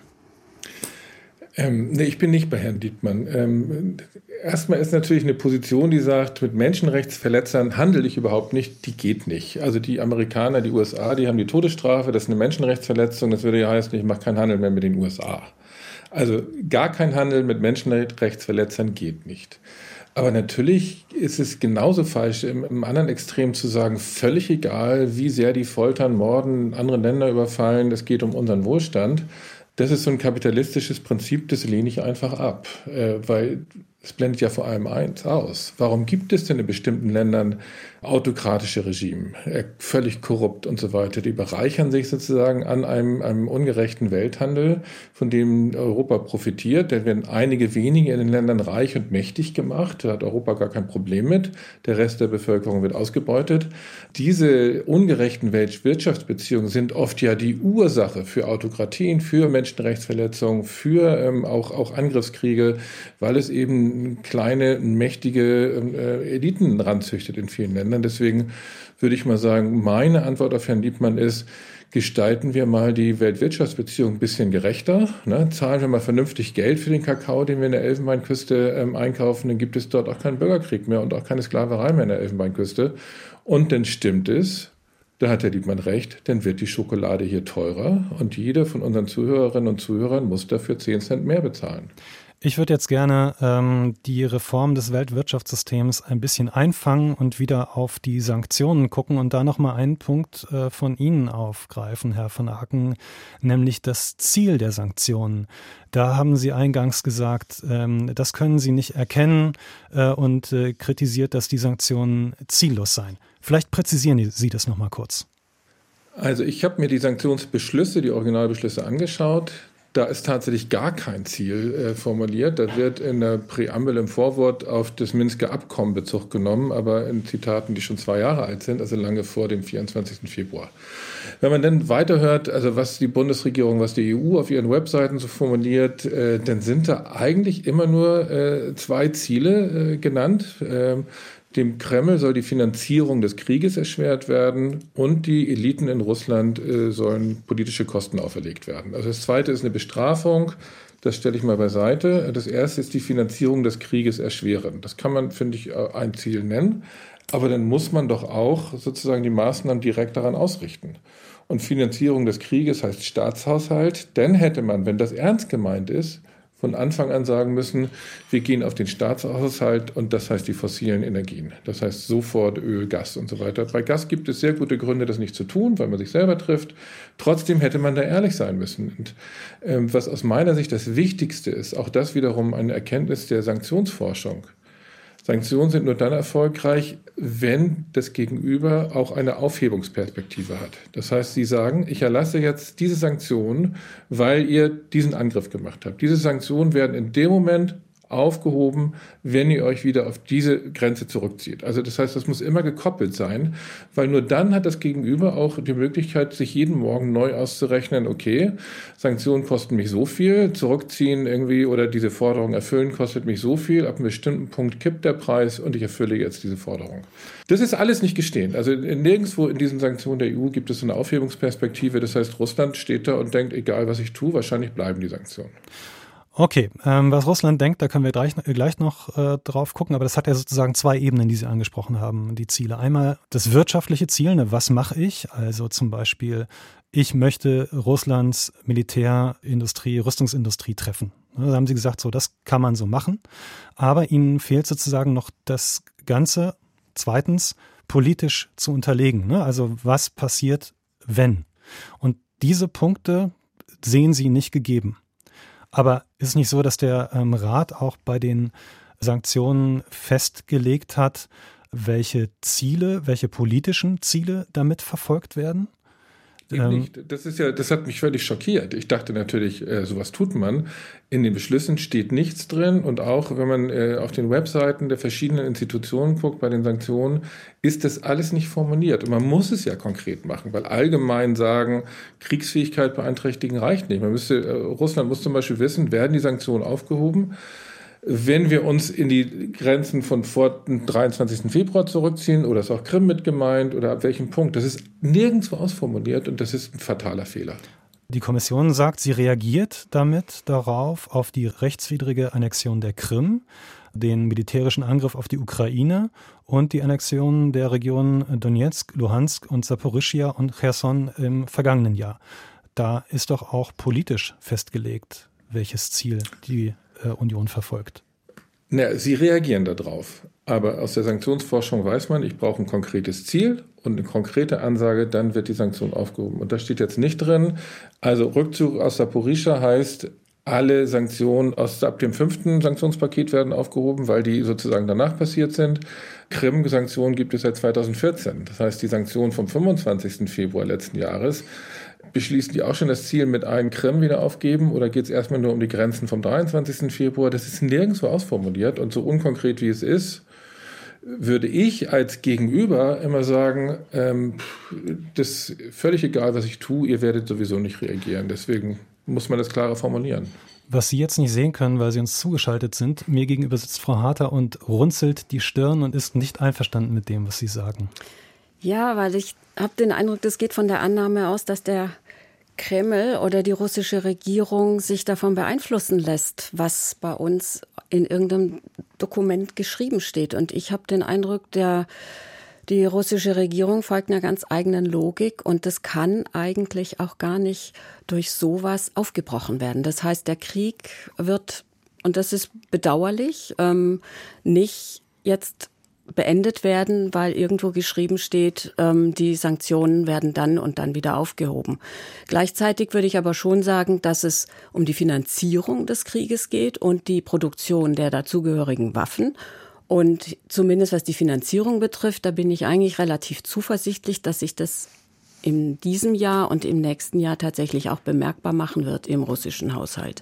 Nee, ich bin nicht bei Herrn Dietmann. Erstmal ist natürlich eine Position, die sagt, mit Menschenrechtsverletzern handle ich überhaupt nicht, die geht nicht. Also die Amerikaner, die USA, die haben die Todesstrafe, das ist eine Menschenrechtsverletzung, das würde ja heißen, ich mache keinen Handel mehr mit den USA. Also gar kein Handel mit Menschenrechtsverletzern geht nicht. Aber natürlich ist es genauso falsch, im anderen Extrem zu sagen, völlig egal, wie sehr die foltern, morden, andere Länder überfallen, es geht um unseren Wohlstand. Das ist so ein kapitalistisches Prinzip, das lehne ich einfach ab, weil es blendet ja vor allem eins aus. Warum gibt es denn in bestimmten Ländern autokratische Regime, völlig korrupt und so weiter? Die bereichern sich sozusagen an einem ungerechten Welthandel, von dem Europa profitiert. Da werden einige wenige in den Ländern reich und mächtig gemacht. Da hat Europa gar kein Problem mit. Der Rest der Bevölkerung wird ausgebeutet. Diese ungerechten Wirtschaftsbeziehungen sind oft ja die Ursache für Autokratien, für Menschenrechtsverletzungen, für auch Angriffskriege, weil es eben kleine, mächtige Eliten ranzüchtet in vielen Ländern. Deswegen würde ich mal sagen, meine Antwort auf Herrn Liebmann ist, gestalten wir mal die Weltwirtschaftsbeziehung ein bisschen gerechter. Ne? Zahlen wir mal vernünftig Geld für den Kakao, den wir in der Elfenbeinküste einkaufen, dann gibt es dort auch keinen Bürgerkrieg mehr und auch keine Sklaverei mehr in der Elfenbeinküste. Und dann stimmt es, da hat Herr Liebmann recht, dann wird die Schokolade hier teurer und jeder von unseren Zuhörerinnen und Zuhörern muss dafür 10 Cent mehr bezahlen. Ich würde jetzt gerne die Reform des Weltwirtschaftssystems ein bisschen einfangen und wieder auf die Sanktionen gucken und da nochmal einen Punkt von Ihnen aufgreifen, Herr von Aken, nämlich das Ziel der Sanktionen. Da haben Sie eingangs gesagt, das können Sie nicht erkennen und kritisiert, dass die Sanktionen ziellos seien. Vielleicht präzisieren Sie das nochmal kurz. Also ich habe mir die Sanktionsbeschlüsse, die Originalbeschlüsse angeschaut. Da ist tatsächlich gar kein Ziel formuliert. Da wird in der Präambel im Vorwort auf das Minsker Abkommen Bezug genommen, aber in Zitaten, die schon 2 Jahre alt sind, also lange vor dem 24. Februar. Wenn man dann weiterhört, also was die Bundesregierung, was die EU auf ihren Webseiten so formuliert, dann sind da eigentlich immer nur 2 Ziele genannt. Dem Kreml soll die Finanzierung des Krieges erschwert werden und die Eliten in Russland sollen politische Kosten auferlegt werden. Also das Zweite ist eine Bestrafung, das stelle ich mal beiseite. Das Erste ist die Finanzierung des Krieges erschweren. Das kann man, finde ich, ein Ziel nennen, aber dann muss man doch auch sozusagen die Maßnahmen direkt daran ausrichten. Und Finanzierung des Krieges heißt Staatshaushalt. Dann hätte man, wenn das ernst gemeint ist, von Anfang an sagen müssen, wir gehen auf den Staatshaushalt und das heißt die fossilen Energien. Das heißt sofort Öl, Gas und so weiter. Bei Gas gibt es sehr gute Gründe, das nicht zu tun, weil man sich selber trifft. Trotzdem hätte man da ehrlich sein müssen. Und was aus meiner Sicht das Wichtigste ist, auch das wiederum eine Erkenntnis der Sanktionsforschung. Sanktionen sind nur dann erfolgreich, wenn das Gegenüber auch eine Aufhebungsperspektive hat. Das heißt, Sie sagen, ich erlasse jetzt diese Sanktionen, weil ihr diesen Angriff gemacht habt. Diese Sanktionen werden in dem Moment aufgehoben, wenn ihr euch wieder auf diese Grenze zurückzieht. Also das heißt, das muss immer gekoppelt sein, weil nur dann hat das Gegenüber auch die Möglichkeit, sich jeden Morgen neu auszurechnen, okay, Sanktionen kosten mich so viel, zurückziehen irgendwie oder diese Forderung erfüllen kostet mich so viel, ab einem bestimmten Punkt kippt der Preis und ich erfülle jetzt diese Forderung. Das ist alles nicht gestehen. Also nirgendwo in diesen Sanktionen der EU gibt es eine Aufhebungsperspektive. Das heißt, Russland steht da und denkt, egal was ich tue, wahrscheinlich bleiben die Sanktionen. Okay, was Russland denkt, da können wir gleich noch drauf gucken, aber das hat ja sozusagen 2 Ebenen, die Sie angesprochen haben, die Ziele. Einmal das wirtschaftliche Ziel, ne, was mache ich? Also zum Beispiel, ich möchte Russlands Militärindustrie, Rüstungsindustrie treffen. Da haben Sie gesagt, so, das kann man so machen, aber Ihnen fehlt sozusagen noch das Ganze, zweitens, politisch zu unterlegen. Ne? Also was passiert, wenn? Und diese Punkte sehen Sie nicht gegeben. Aber ist es nicht so, dass der Rat auch bei den Sanktionen festgelegt hat, welche politischen Ziele damit verfolgt werden? Nicht. Das hat mich völlig schockiert. Ich dachte natürlich, sowas tut man. In den Beschlüssen steht nichts drin und auch wenn man auf den Webseiten der verschiedenen Institutionen guckt, bei den Sanktionen, ist das alles nicht formuliert. Und man muss es ja konkret machen, weil allgemein sagen, Kriegsfähigkeit beeinträchtigen reicht nicht. Russland muss zum Beispiel wissen, werden die Sanktionen aufgehoben? Wenn wir uns in die Grenzen von vor dem 23. Februar zurückziehen, oder ist auch Krim mit gemeint, oder ab welchem Punkt, das ist nirgendwo ausformuliert und das ist ein fataler Fehler. Die Kommission sagt, sie reagiert damit darauf, auf die rechtswidrige Annexion der Krim, den militärischen Angriff auf die Ukraine und die Annexion der Regionen Donetsk, Luhansk und Saporischschja und Cherson im vergangenen Jahr. Da ist doch auch politisch festgelegt, welches Ziel die Union verfolgt. Sie reagieren darauf. Aber aus der Sanktionsforschung weiß man, ich brauche ein konkretes Ziel und eine konkrete Ansage, dann wird die Sanktion aufgehoben. Und da steht jetzt nicht drin, also Rückzug aus Saporischschja heißt, alle Sanktionen ab dem 5. Sanktionspaket werden aufgehoben, weil die sozusagen danach passiert sind. Krim-Sanktionen gibt es seit 2014. Das heißt, die Sanktionen vom 25. Februar letzten Jahres, beschließen die auch schon das Ziel mit einem Krim wieder aufgeben oder geht es erstmal nur um die Grenzen vom 23. Februar? Das ist nirgendwo ausformuliert und so unkonkret wie es ist, würde ich als Gegenüber immer sagen, das ist völlig egal, was ich tue, ihr werdet sowieso nicht reagieren. Deswegen muss man das klarer formulieren. Was Sie jetzt nicht sehen können, weil Sie uns zugeschaltet sind, mir gegenüber sitzt Frau Harter und runzelt die Stirn und ist nicht einverstanden mit dem, was Sie sagen. Ja, weil ich habe den Eindruck, das geht von der Annahme aus, dass der Kreml oder die russische Regierung sich davon beeinflussen lässt, was bei uns in irgendeinem Dokument geschrieben steht. Und ich habe den Eindruck, die russische Regierung folgt einer ganz eigenen Logik und das kann eigentlich auch gar nicht durch sowas aufgebrochen werden. Das heißt, der Krieg wird und das ist bedauerlich, nicht jetzt beendet werden, weil irgendwo geschrieben steht, die Sanktionen werden dann und dann wieder aufgehoben. Gleichzeitig würde ich aber schon sagen, dass es um die Finanzierung des Krieges geht und die Produktion der dazugehörigen Waffen. Und zumindest was die Finanzierung betrifft, da bin ich eigentlich relativ zuversichtlich, dass sich das in diesem Jahr und im nächsten Jahr tatsächlich auch bemerkbar machen wird im russischen Haushalt.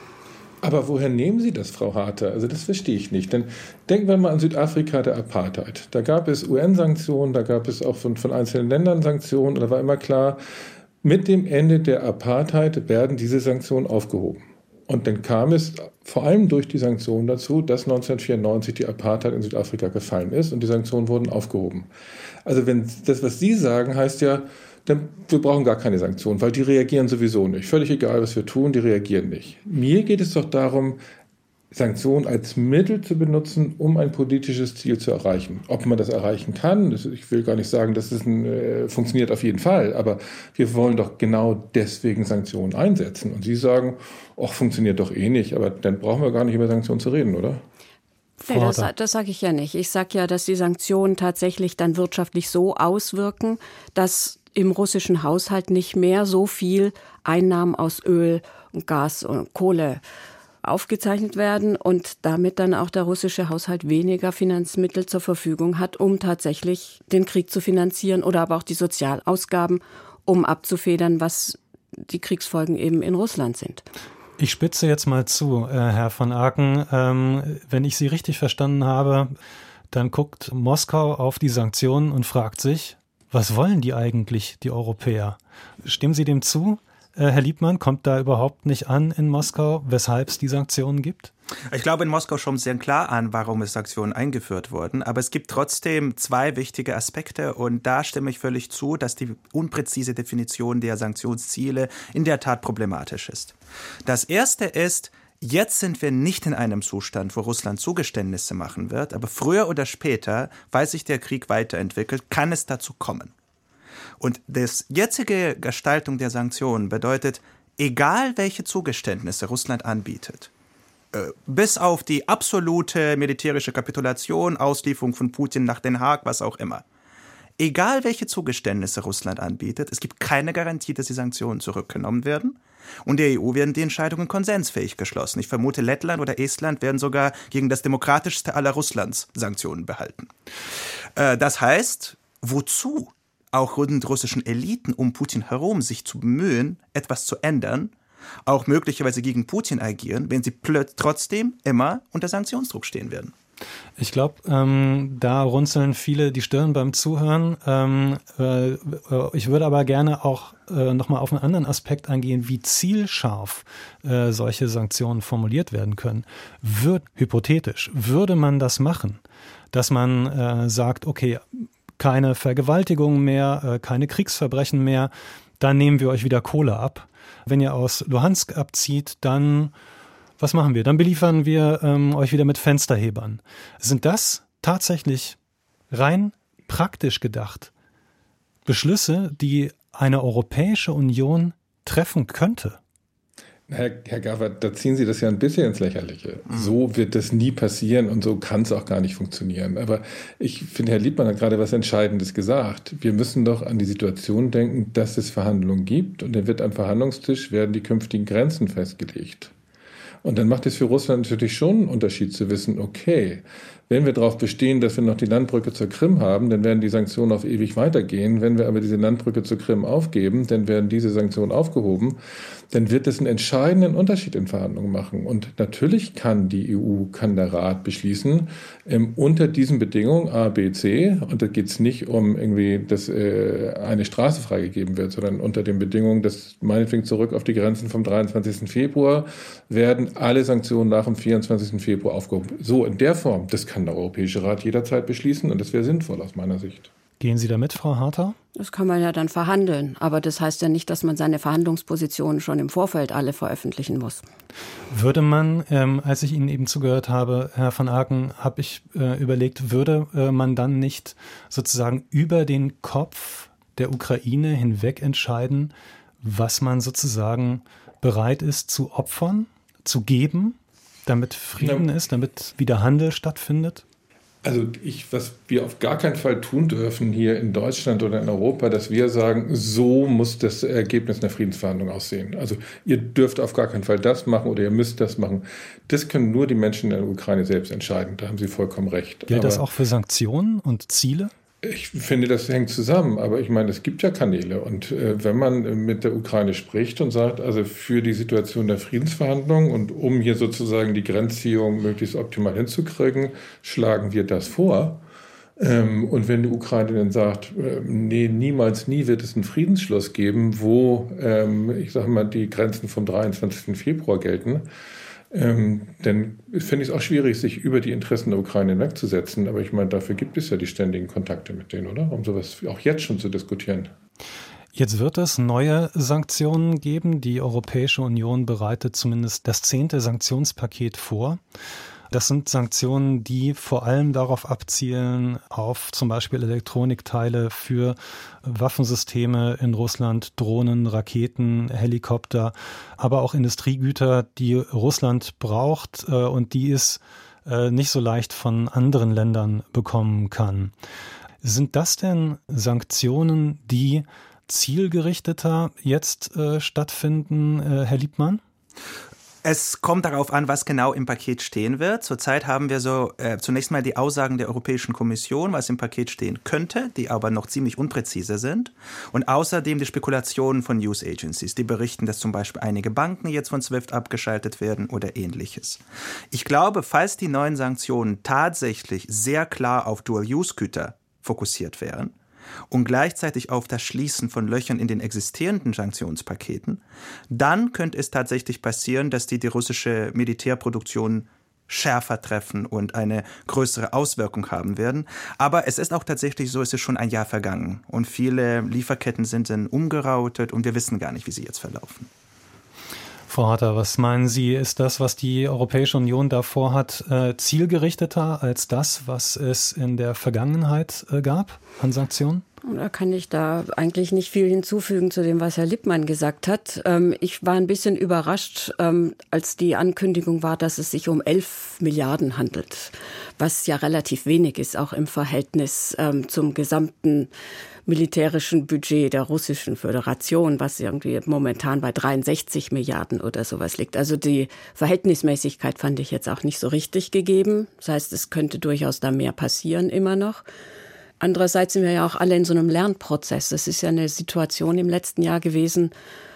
Aber woher nehmen Sie das, Frau Harter? Also das verstehe ich nicht. Denn denken wir mal an Südafrika der Apartheid. Da gab es UN-Sanktionen, da gab es auch von einzelnen Ländern Sanktionen. Und da war immer klar, mit dem Ende der Apartheid werden diese Sanktionen aufgehoben. Und dann kam es vor allem durch die Sanktionen dazu, dass 1994 die Apartheid in Südafrika gefallen ist und die Sanktionen wurden aufgehoben. Also wenn das, was Sie sagen, heißt ja, wir brauchen gar keine Sanktionen, weil die reagieren sowieso nicht. Völlig egal, was wir tun, die reagieren nicht. Mir geht es doch darum, Sanktionen als Mittel zu benutzen, um ein politisches Ziel zu erreichen. Ob man das erreichen kann, ich will gar nicht sagen, dass es funktioniert auf jeden Fall, aber wir wollen doch genau deswegen Sanktionen einsetzen. Und Sie sagen, funktioniert doch eh nicht, aber dann brauchen wir gar nicht über Sanktionen zu reden, oder? Nee, das sage ich ja nicht. Ich sage ja, dass die Sanktionen tatsächlich dann wirtschaftlich so auswirken, dass im russischen Haushalt nicht mehr so viel Einnahmen aus Öl und Gas und Kohle aufgezeichnet werden und damit dann auch der russische Haushalt weniger Finanzmittel zur Verfügung hat, um tatsächlich den Krieg zu finanzieren oder aber auch die Sozialausgaben, um abzufedern, was die Kriegsfolgen eben in Russland sind. Ich spitze jetzt mal zu, Herr von Aken. Wenn ich Sie richtig verstanden habe, dann guckt Moskau auf die Sanktionen und fragt sich, was wollen die eigentlich, die Europäer? Stimmen Sie dem zu? Herr Liebmann, kommt da überhaupt nicht an in Moskau, weshalb es die Sanktionen gibt? Ich glaube, in Moskau schon sehr klar an, warum es Sanktionen eingeführt wurden. Aber es gibt trotzdem zwei wichtige Aspekte. Und da stimme ich völlig zu, dass die unpräzise Definition der Sanktionsziele in der Tat problematisch ist. Das erste ist, jetzt sind wir nicht in einem Zustand, wo Russland Zugeständnisse machen wird. Aber früher oder später, weil sich der Krieg weiterentwickelt, kann es dazu kommen. Und das jetzige Gestaltung der Sanktionen bedeutet, egal welche Zugeständnisse Russland anbietet, bis auf die absolute militärische Kapitulation, Auslieferung von Putin nach Den Haag, was auch immer. Egal welche Zugeständnisse Russland anbietet, es gibt keine Garantie, dass die Sanktionen zurückgenommen werden. Und der EU werden die Entscheidungen konsensfähig geschlossen. Ich vermute, Lettland oder Estland werden sogar gegen das demokratischste aller Russlands Sanktionen behalten. Das heißt, wozu auch russischen Eliten um Putin herum sich zu bemühen, etwas zu ändern, auch möglicherweise gegen Putin agieren, wenn sie trotzdem immer unter Sanktionsdruck stehen werden. Ich glaube, da runzeln viele die Stirn beim Zuhören. Ich würde aber gerne auch nochmal auf einen anderen Aspekt eingehen, wie zielscharf solche Sanktionen formuliert werden können. Hypothetisch, würde man das machen, dass man sagt, okay, keine Vergewaltigung mehr, keine Kriegsverbrechen mehr, dann nehmen wir euch wieder Kohle ab. Wenn ihr aus Luhansk abzieht, dann, was machen wir? Dann beliefern wir euch wieder mit Fensterhebern. Sind das tatsächlich rein praktisch gedacht Beschlüsse, die eine Europäische Union treffen könnte? Herr Gaffert, da ziehen Sie das ja ein bisschen ins Lächerliche. So wird das nie passieren und so kann es auch gar nicht funktionieren. Aber ich finde, Herr Liebmann hat gerade was Entscheidendes gesagt. Wir müssen doch an die Situation denken, dass es Verhandlungen gibt und dann wird am Verhandlungstisch werden die künftigen Grenzen festgelegt. Und dann macht es für Russland natürlich schon einen Unterschied zu wissen, okay, wenn wir darauf bestehen, dass wir noch die Landbrücke zur Krim haben, dann werden die Sanktionen auf ewig weitergehen. Wenn wir aber diese Landbrücke zur Krim aufgeben, dann werden diese Sanktionen aufgehoben. Dann wird es einen entscheidenden Unterschied in Verhandlungen machen. Und natürlich kann die EU, kann der Rat beschließen, unter diesen Bedingungen A, B, C, und da geht es nicht um irgendwie, dass eine Straße freigegeben wird, sondern unter den Bedingungen, dass meinetwegen zurück auf die Grenzen vom 23. Februar werden alle Sanktionen nach dem 24. Februar aufgehoben. So in der Form, das kann der Europäische Rat jederzeit beschließen und das wäre sinnvoll aus meiner Sicht. Gehen Sie damit, Frau Harter? Das kann man ja dann verhandeln, aber das heißt ja nicht, dass man seine Verhandlungspositionen schon im Vorfeld alle veröffentlichen muss. Würde man, als ich Ihnen eben zugehört habe, Herr von Aken, habe ich überlegt, würde man dann nicht sozusagen über den Kopf der Ukraine hinweg entscheiden, was man sozusagen bereit ist zu opfern, zu geben, damit Frieden ist, damit wieder Handel stattfindet? Also was wir auf gar keinen Fall tun dürfen hier in Deutschland oder in Europa, dass wir sagen, so muss das Ergebnis einer Friedensverhandlung aussehen. Also ihr dürft auf gar keinen Fall das machen oder ihr müsst das machen. Das können nur die Menschen in der Ukraine selbst entscheiden. Da haben Sie vollkommen recht. Gilt das auch für Sanktionen und Ziele? Ich finde, das hängt zusammen, aber ich meine, es gibt ja Kanäle und wenn man mit der Ukraine spricht und sagt, also für die Situation der Friedensverhandlungen und um hier sozusagen die Grenzziehung möglichst optimal hinzukriegen, schlagen wir das vor. Und wenn die Ukraine dann sagt, nee, niemals, nie wird es einen Friedensschluss geben, wo, ich sage mal, die Grenzen vom 23. Februar gelten, dann finde ich es auch schwierig, sich über die Interessen der Ukraine hinwegzusetzen. Aber ich meine, dafür gibt es ja die ständigen Kontakte mit denen, oder? Um sowas auch jetzt schon zu diskutieren. Jetzt wird es neue Sanktionen geben. Die Europäische Union bereitet zumindest das 10. Sanktionspaket vor. Das sind Sanktionen, die vor allem darauf abzielen, auf zum Beispiel Elektronikteile für Waffensysteme in Russland, Drohnen, Raketen, Helikopter, aber auch Industriegüter, die Russland braucht und die es nicht so leicht von anderen Ländern bekommen kann. Sind das denn Sanktionen, die zielgerichteter jetzt stattfinden, Herr Liebmann? Es kommt darauf an, was genau im Paket stehen wird. Zurzeit haben wir zunächst mal die Aussagen der Europäischen Kommission, was im Paket stehen könnte, die aber noch ziemlich unpräzise sind. Und außerdem die Spekulationen von News Agencies, die berichten, dass zum Beispiel einige Banken jetzt von SWIFT abgeschaltet werden oder Ähnliches. Ich glaube, falls die neuen Sanktionen tatsächlich sehr klar auf Dual-Use-Güter fokussiert wären, und gleichzeitig auf das Schließen von Löchern in den existierenden Sanktionspaketen, dann könnte es tatsächlich passieren, dass die russische Militärproduktion schärfer treffen und eine größere Auswirkung haben werden. Aber es ist auch tatsächlich so, es ist schon ein Jahr vergangen und viele Lieferketten sind dann umgerautet und wir wissen gar nicht, wie sie jetzt verlaufen. Frau Harter, was meinen Sie, ist das, was die Europäische Union da vorhat, zielgerichteter als das, was es in der Vergangenheit gab an Sanktionen? Da kann ich da eigentlich nicht viel hinzufügen zu dem, was Herr Lippmann gesagt hat. Ich war ein bisschen überrascht, als die Ankündigung war, dass es sich um 11 Milliarden handelt, was ja relativ wenig ist, auch im Verhältnis zum gesamten militärischen Budget der Russischen Föderation, was irgendwie momentan bei 63 Milliarden oder sowas liegt. Also die Verhältnismäßigkeit fand ich jetzt auch nicht so richtig gegeben. Das heißt, es könnte durchaus da mehr passieren immer noch. Andererseits sind wir ja auch alle in so einem Lernprozess. Das ist ja eine Situation im letzten Jahr gewesen,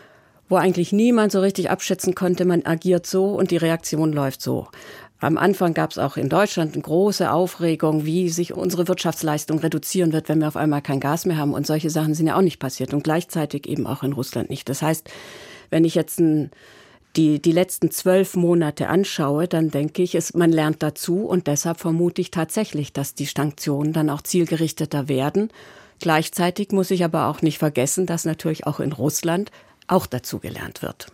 wo eigentlich niemand so richtig abschätzen konnte, man agiert so und die Reaktion läuft so. Am Anfang gab es auch in Deutschland eine große Aufregung, wie sich unsere Wirtschaftsleistung reduzieren wird, wenn wir auf einmal kein Gas mehr haben. Und solche Sachen sind ja auch nicht passiert und gleichzeitig eben auch in Russland nicht. Das heißt, wenn ich jetzt die letzten 12 Monate anschaue, dann denke ich, man lernt dazu und deshalb vermute ich tatsächlich, dass die Sanktionen dann auch zielgerichteter werden. Gleichzeitig muss ich aber auch nicht vergessen, dass natürlich auch in Russland auch dazu gelernt wird.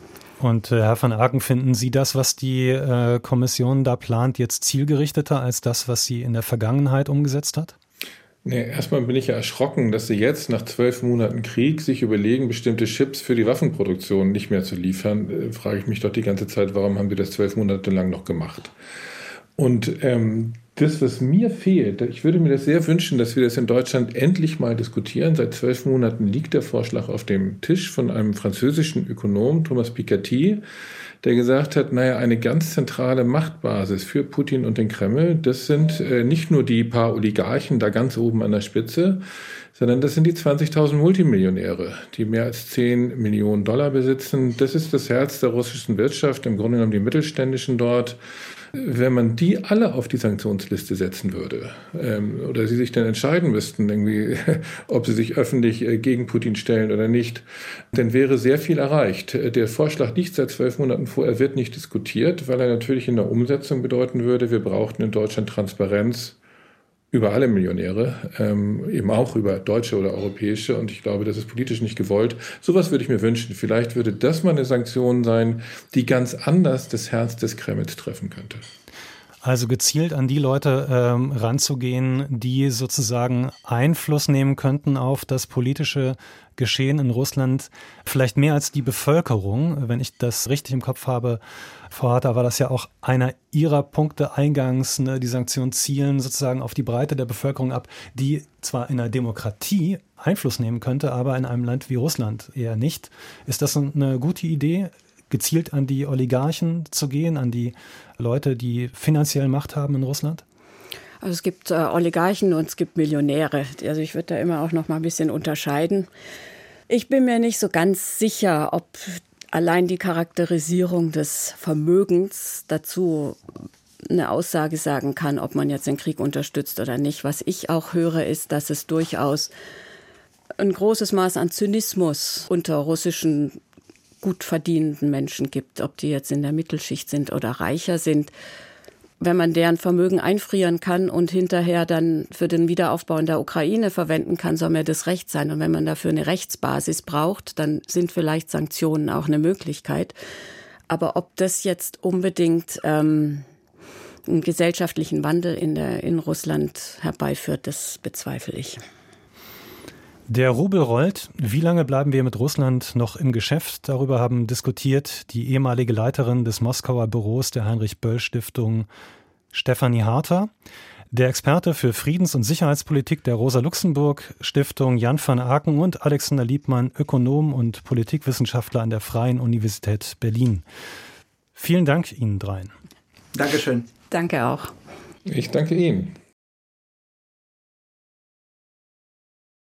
Und Herr van Aken, finden Sie das, was die Kommission da plant, jetzt zielgerichteter als das, was sie in der Vergangenheit umgesetzt hat? Nee, erstmal bin ich ja erschrocken, dass sie jetzt nach 12 Monaten Krieg sich überlegen, bestimmte Chips für die Waffenproduktion nicht mehr zu liefern. Frage ich mich doch die ganze Zeit, warum haben die das 12 Monate lang noch gemacht? Und das, was mir fehlt, ich würde mir das sehr wünschen, dass wir das in Deutschland endlich mal diskutieren. Seit 12 Monaten liegt der Vorschlag auf dem Tisch von einem französischen Ökonom, Thomas Piketty, der gesagt hat, naja, eine ganz zentrale Machtbasis für Putin und den Kreml, das sind nicht nur die paar Oligarchen da ganz oben an der Spitze, sondern das sind die 20.000 Multimillionäre, die mehr als 10 Millionen Dollar besitzen. Das ist das Herz der russischen Wirtschaft, im Grunde genommen die Mittelständischen dort. Wenn man die alle auf die Sanktionsliste setzen würde oder sie sich dann entscheiden müssten, irgendwie, ob sie sich öffentlich gegen Putin stellen oder nicht, dann wäre sehr viel erreicht. Der Vorschlag liegt seit 12 Monaten vor, er wird nicht diskutiert, weil er natürlich in der Umsetzung bedeuten würde, wir brauchten in Deutschland Transparenz über alle Millionäre, eben auch über deutsche oder europäische. Und ich glaube, das ist politisch nicht gewollt. Sowas würde ich mir wünschen. Vielleicht würde das mal eine Sanktion sein, die ganz anders das Herz des Kremls treffen könnte. Also gezielt an die Leute ranzugehen, die sozusagen Einfluss nehmen könnten auf das politische Geschehen in Russland, vielleicht mehr als die Bevölkerung. Wenn ich das richtig im Kopf habe, Frau Harter, war das ja auch einer Ihrer Punkte eingangs, ne? Die Sanktionen zielen sozusagen auf die Breite der Bevölkerung ab, die zwar in einer Demokratie Einfluss nehmen könnte, aber in einem Land wie Russland eher nicht. Ist das eine gute Idee, gezielt an die Oligarchen zu gehen, an die Leute, die finanziell Macht haben in Russland? Also es gibt Oligarchen und es gibt Millionäre. Also ich würde da immer auch noch mal ein bisschen unterscheiden. Ich bin mir nicht so ganz sicher, ob allein die Charakterisierung des Vermögens dazu eine Aussage sagen kann, ob man jetzt den Krieg unterstützt oder nicht. Was ich auch höre, ist, dass es durchaus ein großes Maß an Zynismus unter russischen gut verdienenden Menschen gibt, ob die jetzt in der Mittelschicht sind oder reicher sind. Wenn man deren Vermögen einfrieren kann und hinterher dann für den Wiederaufbau in der Ukraine verwenden kann, soll mir das recht sein. Und wenn man dafür eine Rechtsbasis braucht, dann sind vielleicht Sanktionen auch eine Möglichkeit. Aber ob das jetzt unbedingt einen gesellschaftlichen Wandel in Russland herbeiführt, das bezweifle ich. Der Rubel rollt. Wie lange bleiben wir mit Russland noch im Geschäft? Darüber haben diskutiert die ehemalige Leiterin des Moskauer Büros der Heinrich-Böll-Stiftung, Stefanie Harter, der Experte für Friedens- und Sicherheitspolitik der Rosa-Luxemburg-Stiftung, Jan van Aken, und Alexander Liebmann, Ökonom und Politikwissenschaftler an der Freien Universität Berlin. Vielen Dank Ihnen dreien. Dankeschön. Danke auch. Ich danke Ihnen.